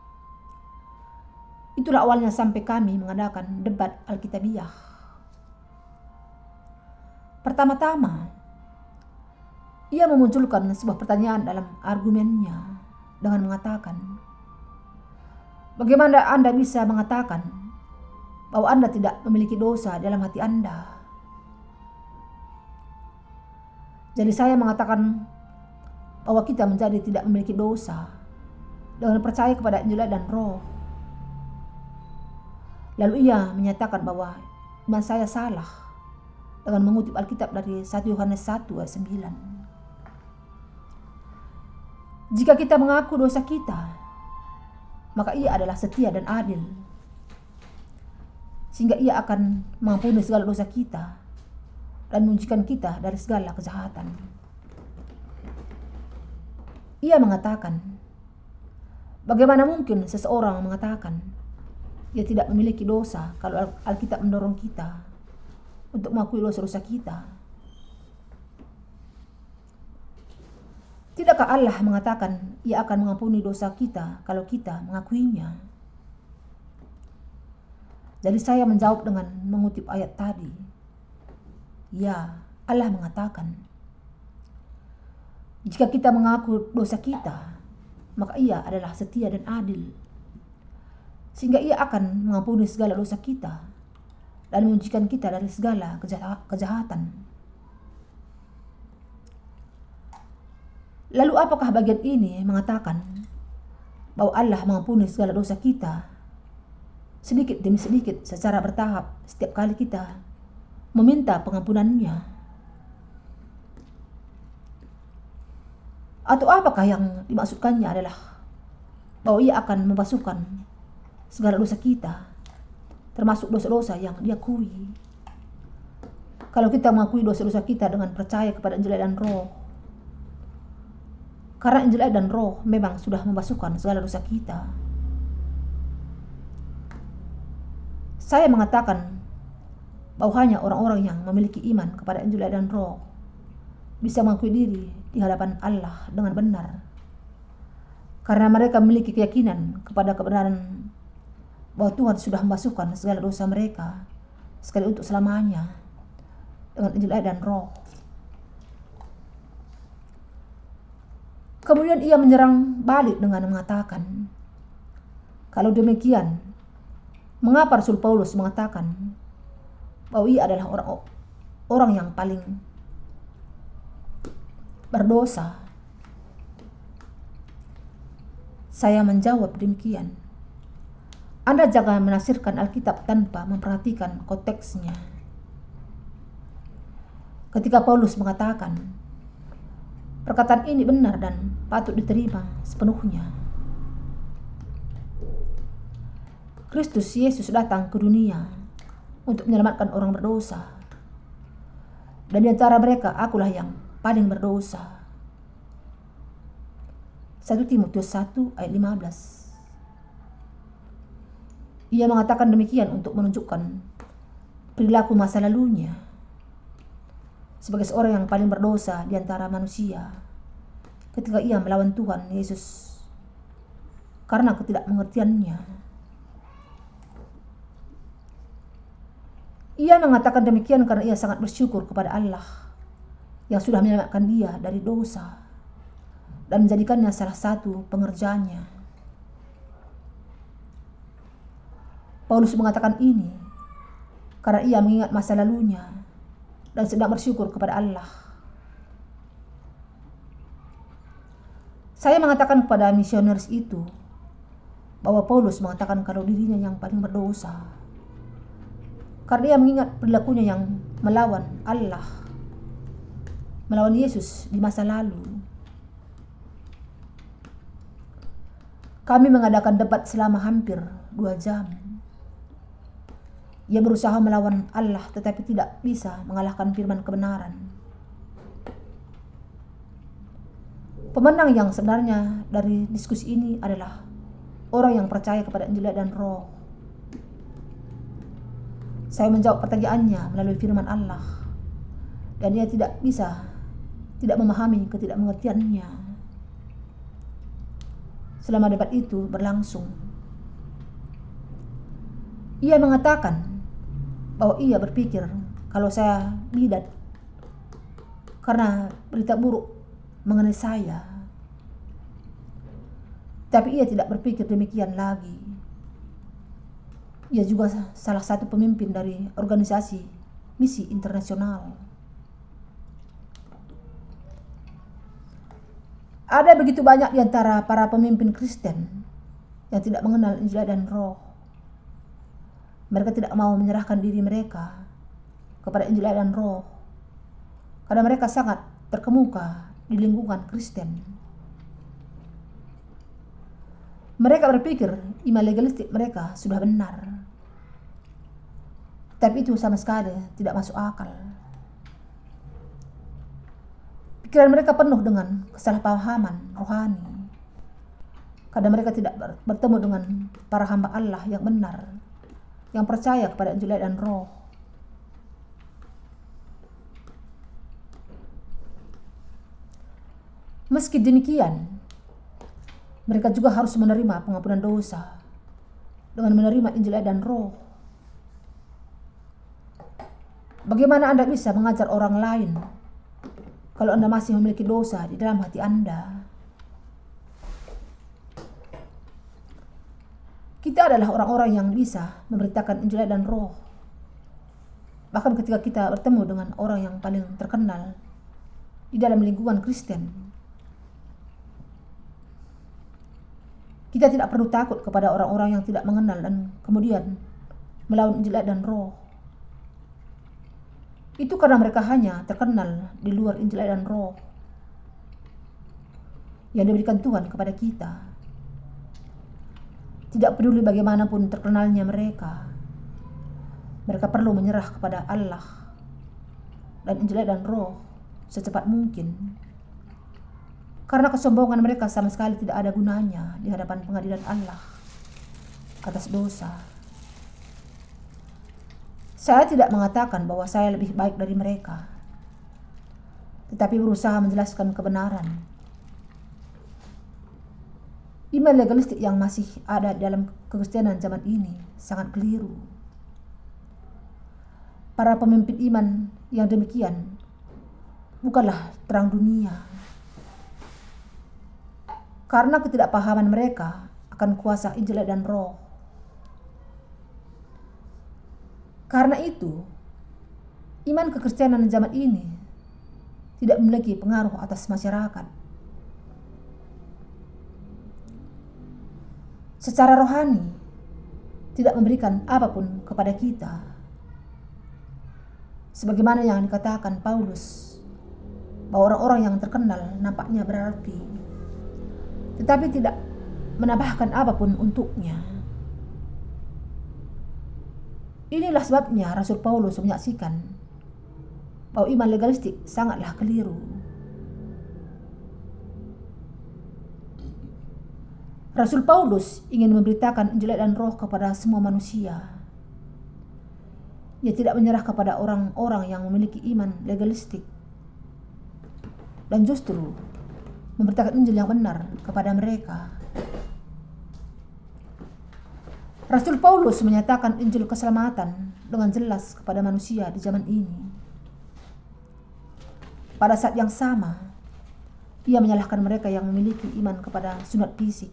Itulah awalnya sampai kami mengadakan debat Alkitabiah. Pertama-tama, ia memunculkan sebuah pertanyaan dalam argumennya dengan mengatakan, bagaimana Anda bisa mengatakan bahwa Anda tidak memiliki dosa dalam hati Anda? Jadi saya mengatakan bahwa kita menjadi tidak memiliki dosa dengan percaya kepada Injil dan Roh. Lalu ia menyatakan bahwa iman saya salah dengan mengutip Alkitab dari 1 Yohanes 1 ayat 9. Jika kita mengaku dosa kita, maka ia adalah setia dan adil, sehingga ia akan mengampuni segala dosa kita dan menyucikan kita dari segala kejahatan. Ia mengatakan, bagaimana mungkin seseorang mengatakan ia tidak memiliki dosa kalau Alkitab mendorong kita untuk mengakui dosa-dosa kita? Tidakkah Allah mengatakan ia akan mengampuni dosa kita kalau kita mengakuinya? Jadi saya menjawab dengan mengutip ayat tadi. Ya, Allah mengatakan, jika kita mengaku dosa kita, maka ia adalah setia dan adil, sehingga ia akan mengampuni segala dosa kita dan menyucikan kita dari segala kejahatan. Lalu apakah bagian ini mengatakan bahwa Allah mengampuni segala dosa kita sedikit demi sedikit secara bertahap setiap kali kita meminta pengampunannya? Atau apakah yang dimaksudkannya adalah bahwa ia akan membasuhkan segala dosa kita, termasuk dosa-dosa yang diakui? Kalau kita mengakui dosa-dosa kita dengan percaya kepada Injil dan Roh, karena Injil dan Roh memang sudah membasuhkan segala dosa kita. Saya mengatakan bahwa hanya orang-orang yang memiliki iman kepada Injil dan Roh bisa mengakui diri di hadapan Allah dengan benar, karena mereka memiliki keyakinan kepada kebenaran bahwa Tuhan sudah membasuhkan segala dosa mereka sekali untuk selamanya dengan Injil dan Roh. Kemudian ia menyerang balik dengan mengatakan, kalau demikian, mengapa Rasul Paulus mengatakan bahwa ia adalah orang yang paling berdosa? Saya menjawab demikian. Anda jangan menafsirkan Alkitab tanpa memperhatikan konteksnya. Ketika Paulus mengatakan Perkataan ini benar dan patut diterima sepenuhnya. Kristus Yesus datang ke dunia untuk menyelamatkan orang berdosa. Dan di antara mereka akulah yang paling berdosa. 1 Timotius 1 ayat 15. Ia mengatakan demikian untuk menunjukkan perilaku masa lalunya sebagai seorang yang paling berdosa di antara manusia ketika ia melawan Tuhan Yesus karena ketidakmengertiannya. Ia mengatakan demikian karena ia sangat bersyukur kepada Allah yang sudah menyelamatkan dia dari dosa dan menjadikannya salah satu pengerjanya. Paulus mengatakan ini karena ia mengingat masa lalunya dan sedang bersyukur kepada Allah. Saya mengatakan kepada misionaris itu bahwa Paulus mengatakan kalau dirinya yang paling berdosa karena ia mengingat perilakunya yang melawan Allah, melawan Yesus di masa lalu. Kami mengadakan debat selama hampir 2 jam. Ia berusaha melawan Allah tetapi tidak bisa mengalahkan firman kebenaran. Pemenang yang sebenarnya dari diskusi ini adalah orang yang percaya kepada Injil dan Roh. Saya menjawab pertanyaannya melalui firman Allah dan dia tidak memahami ketidakmengertiannya. Selama debat itu berlangsung, ia mengatakan bahwa ia berpikir kalau saya bidat karena berita buruk mengenai saya. Tapi ia tidak berpikir demikian lagi. Ia juga salah satu pemimpin dari organisasi misi internasional. Ada begitu banyak di antara para pemimpin Kristen yang tidak mengenal Injil dan Roh. Mereka tidak mau menyerahkan diri mereka kepada Injil dan Roh karena mereka sangat terkemuka di lingkungan Kristen. Mereka berpikir iman legalistik mereka sudah benar. Tapi itu sama sekali tidak masuk akal. Pikiran mereka penuh dengan kesalahpahaman rohani. Karena mereka tidak bertemu dengan para hamba Allah yang benar, yang percaya kepada Injil dan Roh. Meski demikian, mereka juga harus menerima pengampunan dosa dengan menerima Injil dan Roh. Bagaimana Anda bisa mengajar orang lain kalau Anda masih memiliki dosa di dalam hati Anda? Kita adalah orang-orang yang bisa memberitakan Injil dan Roh. Bahkan ketika kita bertemu dengan orang yang paling terkenal di dalam lingkungan Kristen, kita tidak perlu takut kepada orang-orang yang tidak mengenal dan kemudian melawan Injil dan Roh. Itu karena mereka hanya terkenal di luar Injil dan Roh yang diberikan Tuhan kepada kita. Tidak peduli bagaimanapun terkenalnya mereka, mereka perlu menyerah kepada Allah dan Injil dan Roh secepat mungkin. Karena kesombongan mereka sama sekali tidak ada gunanya di hadapan pengadilan Allah atas dosa. Saya tidak mengatakan bahwa saya lebih baik dari mereka, tetapi berusaha menjelaskan kebenaran. Iman legalistik yang masih ada dalam kekristenan zaman ini sangat keliru. Para pemimpin iman yang demikian bukanlah terang dunia, karena ketidakpahaman mereka akan kuasa Injil dan Roh. Karena itu, iman kekristenan zaman ini tidak memiliki pengaruh atas masyarakat. Secara rohani, tidak memberikan apapun kepada kita. Sebagaimana yang dikatakan Paulus, bahwa orang-orang yang terkenal nampaknya berarti, tetapi tidak menambahkan apapun untuknya. Inilah sebabnya Rasul Paulus menyaksikan bahwa iman legalistik sangatlah keliru. Rasul Paulus ingin memberitakan Injil dan Roh kepada semua manusia. Ia tidak menyerah kepada orang-orang yang memiliki iman legalistik, dan justru memberitakan Injil yang benar kepada mereka. Rasul Paulus menyatakan Injil keselamatan dengan jelas kepada manusia di zaman ini. Pada saat yang sama, ia menyalahkan mereka yang memiliki iman kepada sunat fisik.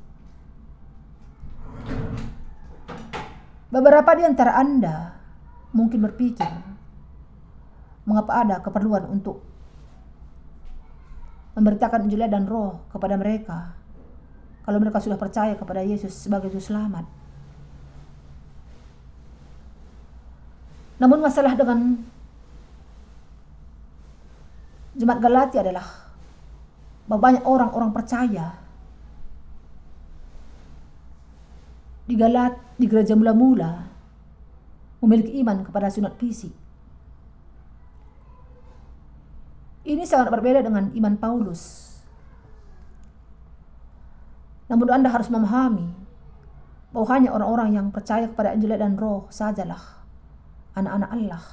Beberapa di antara Anda mungkin berpikir, mengapa ada keperluan untuk memberitakan Injil dan Roh kepada mereka kalau mereka sudah percaya kepada Yesus sebagai Juru Selamat? Namun masalah dengan jemaat Galatia adalah bahwa banyak orang-orang percaya di gereja mula-mula memiliki iman kepada sunat fisik. Ini sangat berbeda dengan iman Paulus. Namun Anda harus memahami bahwa hanya orang-orang yang percaya kepada Injil dan Roh sajalah anak-anak Allah.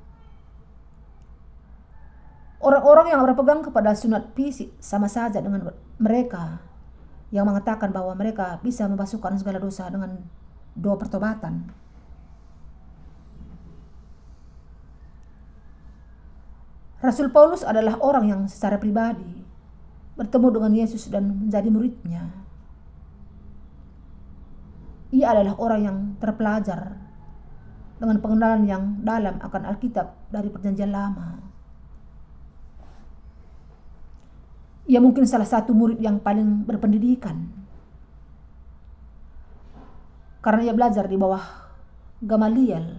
Orang-orang yang berpegang kepada sunat fisik sama saja dengan mereka yang mengatakan bahwa mereka bisa membasuhkan segala dosa dengan doa pertobatan. Rasul Paulus adalah orang yang secara pribadi bertemu dengan Yesus dan menjadi muridnya. Ia adalah orang yang terpelajar dengan pengenalan yang dalam akan Alkitab dari Perjanjian Lama. Ia mungkin salah satu murid yang paling berpendidikan, karena ia belajar di bawah Gamaliel,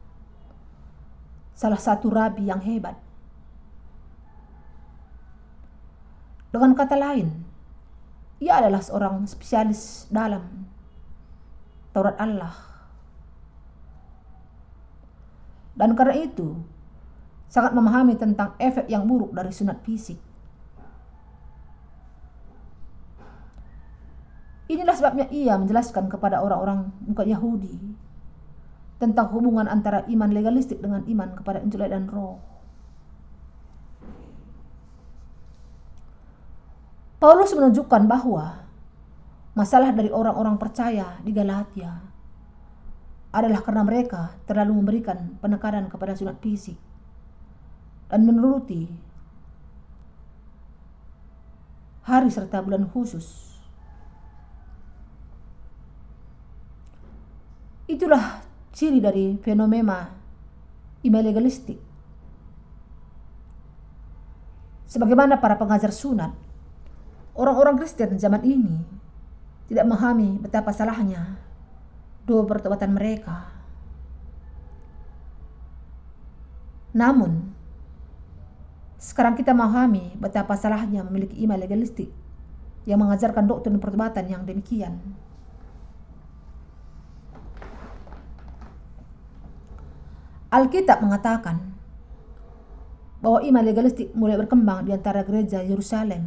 salah satu rabi yang hebat. Dengan kata lain, ia adalah seorang spesialis dalam Taurat Allah. Dan karena itu, sangat memahami tentang efek yang buruk dari sunat fisik. Inilah sebabnya ia menjelaskan kepada orang-orang bukan Yahudi tentang hubungan antara iman legalistik dengan iman kepada Injil dan Roh. Paulus menunjukkan bahwa masalah dari orang-orang percaya di Galatia adalah karena mereka terlalu memberikan penekanan kepada sunat fisik dan menuruti hari serta bulan khusus. Itulah ciri dari fenomena iman legalistik. Sebagaimana para pengajar sunat, orang-orang Kristen zaman ini tidak memahami betapa salahnya doa pertobatan mereka. Namun, sekarang kita memahami betapa salahnya memiliki iman legalistik yang mengajarkan doktrin pertobatan yang demikian. Alkitab mengatakan bahwa iman legalistik mulai berkembang di antara gereja Yerusalem.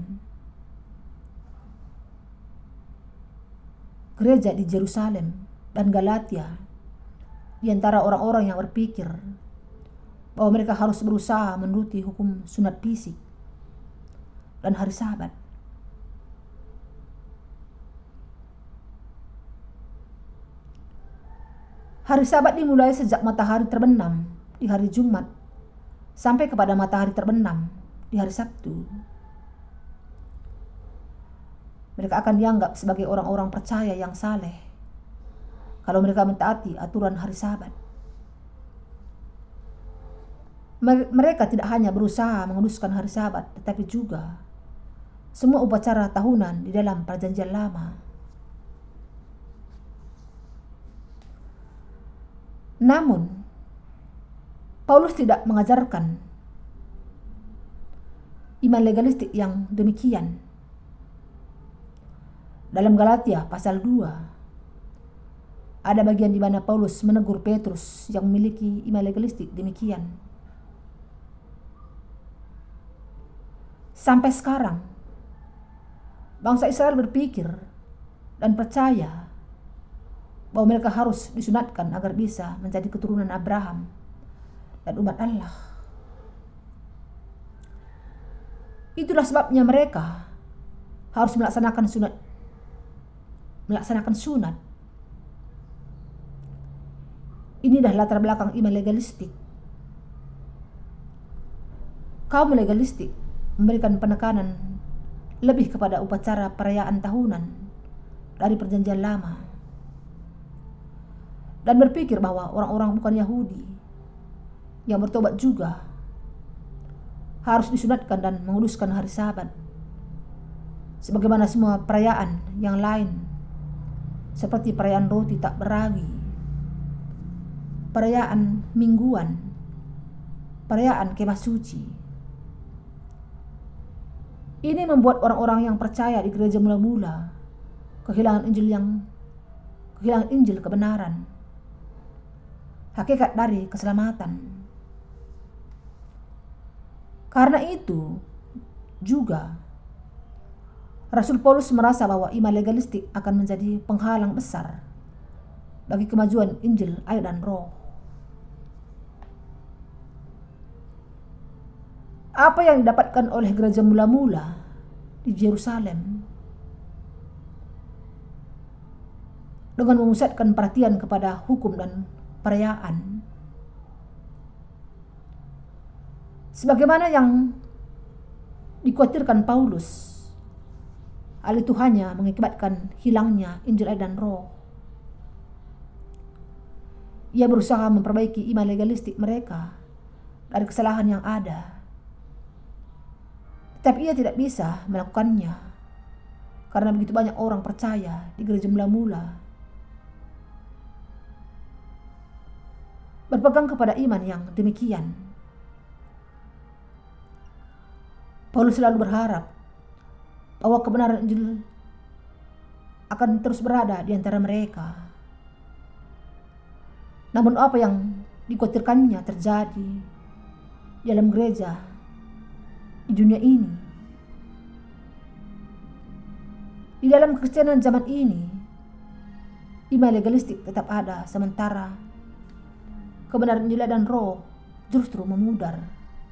Gereja di Yerusalem dan Galatia di antara orang-orang yang berpikir bahwa mereka harus berusaha menuruti hukum sunat fisik dan hari Sabat. Hari Sabat dimulai sejak matahari terbenam di hari Jumat sampai kepada matahari terbenam di hari Sabtu. Mereka akan dianggap sebagai orang-orang percaya yang saleh kalau mereka mentaati aturan hari Sabat. Mereka tidak hanya berusaha menguduskan hari Sabat, tetapi juga semua upacara tahunan di dalam Perjanjian Lama. Namun, Paulus tidak mengajarkan iman legalistik yang demikian. Dalam Galatia pasal 2 ada bagian di mana Paulus menegur Petrus yang memiliki iman legalistik demikian. Sampai sekarang bangsa Israel berpikir dan percaya bahwa mereka harus disunatkan agar bisa menjadi keturunan Abraham dan umat Allah. Itulah sebabnya mereka harus melaksanakan sunat. Inilah latar belakang iman legalistik. Kaum legalistik memberikan penekanan lebih kepada upacara perayaan tahunan dari perjanjian lama, dan berpikir bahwa orang-orang bukan Yahudi yang bertobat juga harus disunatkan dan menguduskan hari Sabat sebagaimana semua perayaan yang lain, seperti perayaan roti tak beragi, perayaan mingguan, perayaan kemah suci. Ini membuat orang-orang yang percaya di gereja mula-mula kehilangan Injil kebenaran, hakikat dari keselamatan. Karena itu juga Rasul Paulus merasa bahwa iman legalistik akan menjadi penghalang besar bagi kemajuan Injil, air dan Roh. Apa yang didapatkan oleh gereja mula-mula di Yerusalem dengan memusatkan perhatian kepada hukum dan perayaan, sebagaimana yang dikhawatirkan Paulus, hal itu hanya mengakibatkan hilangnya Injil, air dan Roh. Ia berusaha memperbaiki iman legalistik mereka dari kesalahan yang ada, tapi ia tidak bisa melakukannya karena begitu banyak orang percaya di gereja mula-mula berpegang kepada iman yang demikian. Paulus selalu berharap bahwa kebenaran Injil akan terus berada di antara mereka. Namun apa yang dikhawatirkannya terjadi di dalam gereja di dunia ini, di dalam Kekristenan zaman ini, iman legalistik tetap ada, sementara kebenaran Injil dan Roh justru memudar.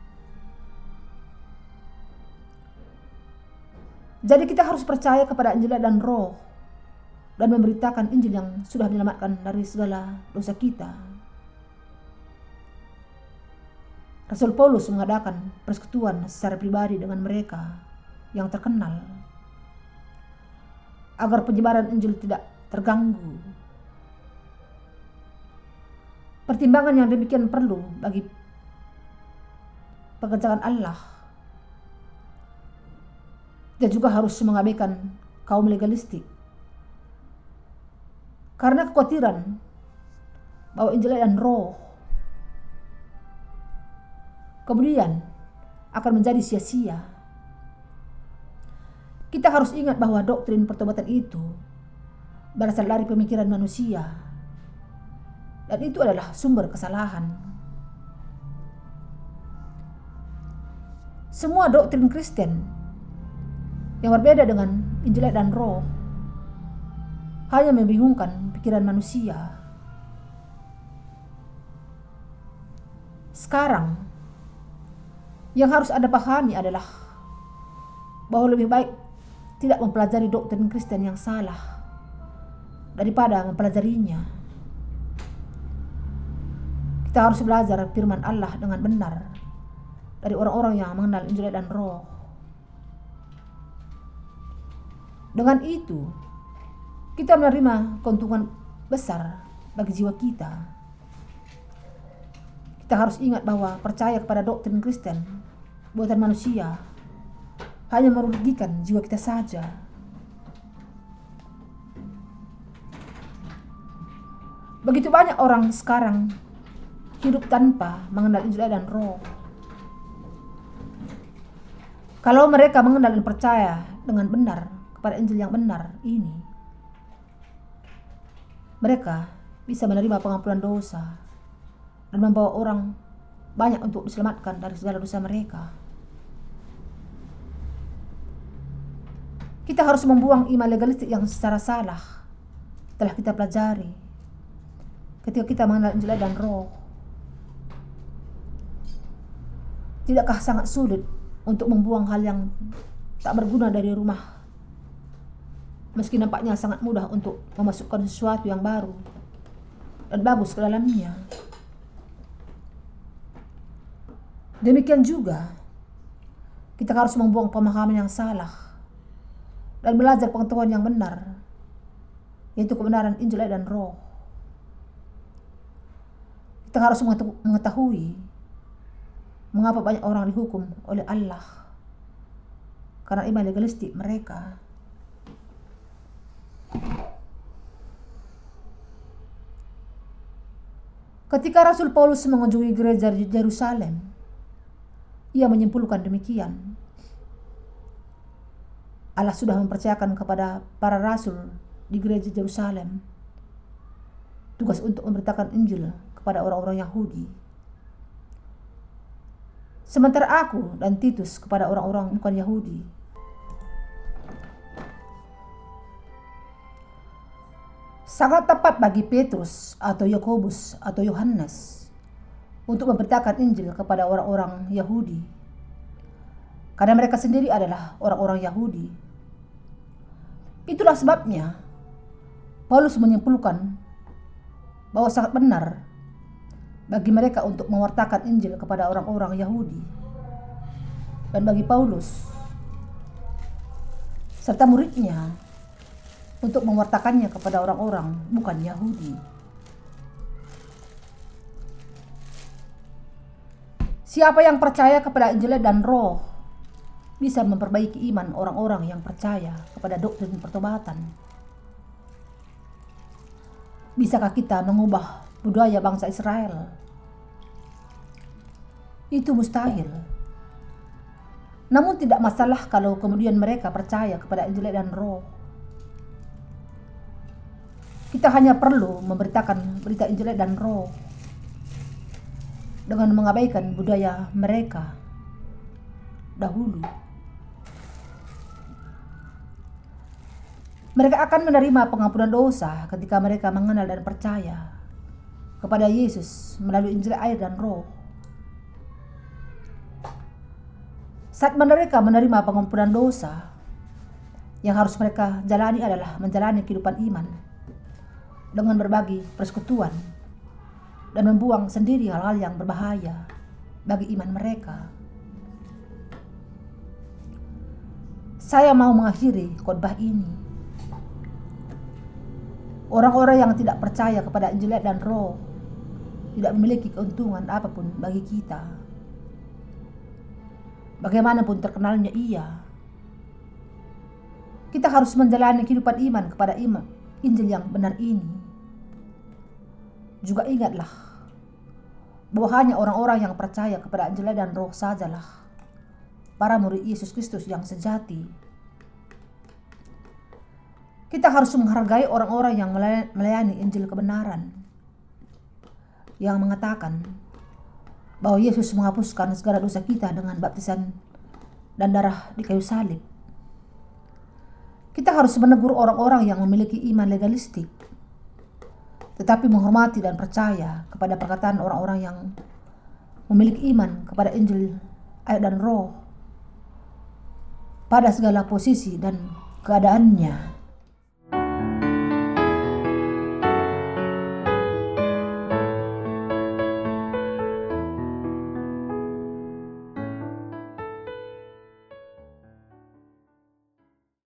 Jadi kita harus percaya kepada Injil dan Roh dan memberitakan Injil yang sudah menyelamatkan dari segala dosa kita. Rasul Paulus mengadakan persekutuan secara pribadi dengan mereka yang terkenal agar penyebaran Injil tidak terganggu. Pertimbangan yang demikian perlu bagi pekerjaan Allah. Dia juga harus mengabaikan kaum legalistik karena kekhawatiran bahwa Injil dan Roh kemudian akan menjadi sia-sia. Kita harus ingat bahwa doktrin pertobatan itu berasal dari pemikiran manusia, dan itu adalah sumber kesalahan. Semua doktrin Kristen yang berbeda dengan Injil dan Roh hanya membingungkan pikiran manusia. Sekarang yang harus Anda pahami adalah bahwa lebih baik tidak mempelajari doktrin Kristen yang salah daripada mempelajarinya. Kita harus belajar firman Allah dengan benar dari orang-orang yang mengenal Injil dan Roh. Dengan itu, kita menerima keuntungan besar bagi jiwa kita. Kita harus ingat bahwa percaya kepada doktrin Kristen buatan manusia hanya merugikan jiwa kita saja. Begitu banyak orang sekarang hidup tanpa mengenal Injil dan Roh. Kalau mereka mengenal dan percaya dengan benar kepada Injil yang benar ini, mereka bisa menerima pengampunan dosa dan membawa orang banyak untuk diselamatkan dari segala dosa mereka. Kita harus membuang iman legalistik yang secara salah telah kita pelajari ketika kita mengenal Injil dan Roh. Tidakkah sangat sulit untuk membuang hal yang tak berguna dari rumah, meski nampaknya sangat mudah untuk memasukkan sesuatu yang baru dan bagus ke dalamnya? Demikian juga, kita harus membuang pemahaman yang salah dan belajar pengetahuan yang benar, yaitu kebenaran Injil dan Roh. Kita harus mengetahui mengapa banyak orang dihukum oleh Allah karena iman legalistik mereka. Ketika Rasul Paulus mengunjungi gereja di Yerusalem, ia menyimpulkan demikian. Allah sudah mempercayakan kepada para rasul di gereja Yerusalem tugas untuk memberitakan Injil kepada orang-orang Yahudi. Sementara aku dan Titus kepada orang-orang bukan Yahudi. Sangat tepat bagi Petrus atau Yakobus atau Yohanes untuk memberitakan Injil kepada orang-orang Yahudi, karena mereka sendiri adalah orang-orang Yahudi. Itulah sebabnya Paulus menyimpulkan bahwa sangat benar bagi mereka untuk mewartakan Injil kepada orang-orang Yahudi, dan bagi Paulus serta muridnya untuk mewartakannya kepada orang-orang bukan Yahudi. Siapa yang percaya kepada Injil dan Roh bisa memperbaiki iman orang-orang yang percaya kepada doktrin pertobatan. Bisakah kita mengubah budaya bangsa Israel? Itu mustahil. Namun tidak masalah kalau kemudian mereka percaya kepada Injil dan Roh. Kita hanya perlu memberitakan berita Injil dan Roh dengan mengabaikan budaya mereka dahulu. Mereka akan menerima pengampunan dosa ketika mereka mengenal dan percaya kepada Yesus melalui Injil, air, dan Roh. Saat mereka menerima pengampunan dosa, yang harus mereka jalani adalah menjalani kehidupan iman dengan berbagi persekutuan dan membuang sendiri hal-hal yang berbahaya bagi iman mereka. Saya mau mengakhiri khotbah ini. Orang-orang yang tidak percaya kepada Injil dan Roh tidak memiliki keuntungan apapun bagi kita. Bagaimanapun terkenalnya ia, kita harus menjalani kehidupan iman kepada Injil yang benar ini. Juga ingatlah bahwa hanya orang-orang yang percaya kepada Injil dan Roh sajalah para murid Yesus Kristus yang sejati. Kita harus menghargai orang-orang yang melayani Injil kebenaran, yang mengatakan bahwa Yesus menghapuskan segala dosa kita dengan baptisan dan darah di kayu salib. Kita harus menegur orang-orang yang memiliki iman legalistik, tetapi menghormati dan percaya kepada perkataan orang-orang yang memiliki iman kepada Injil, air, dan Roh pada segala posisi dan keadaannya.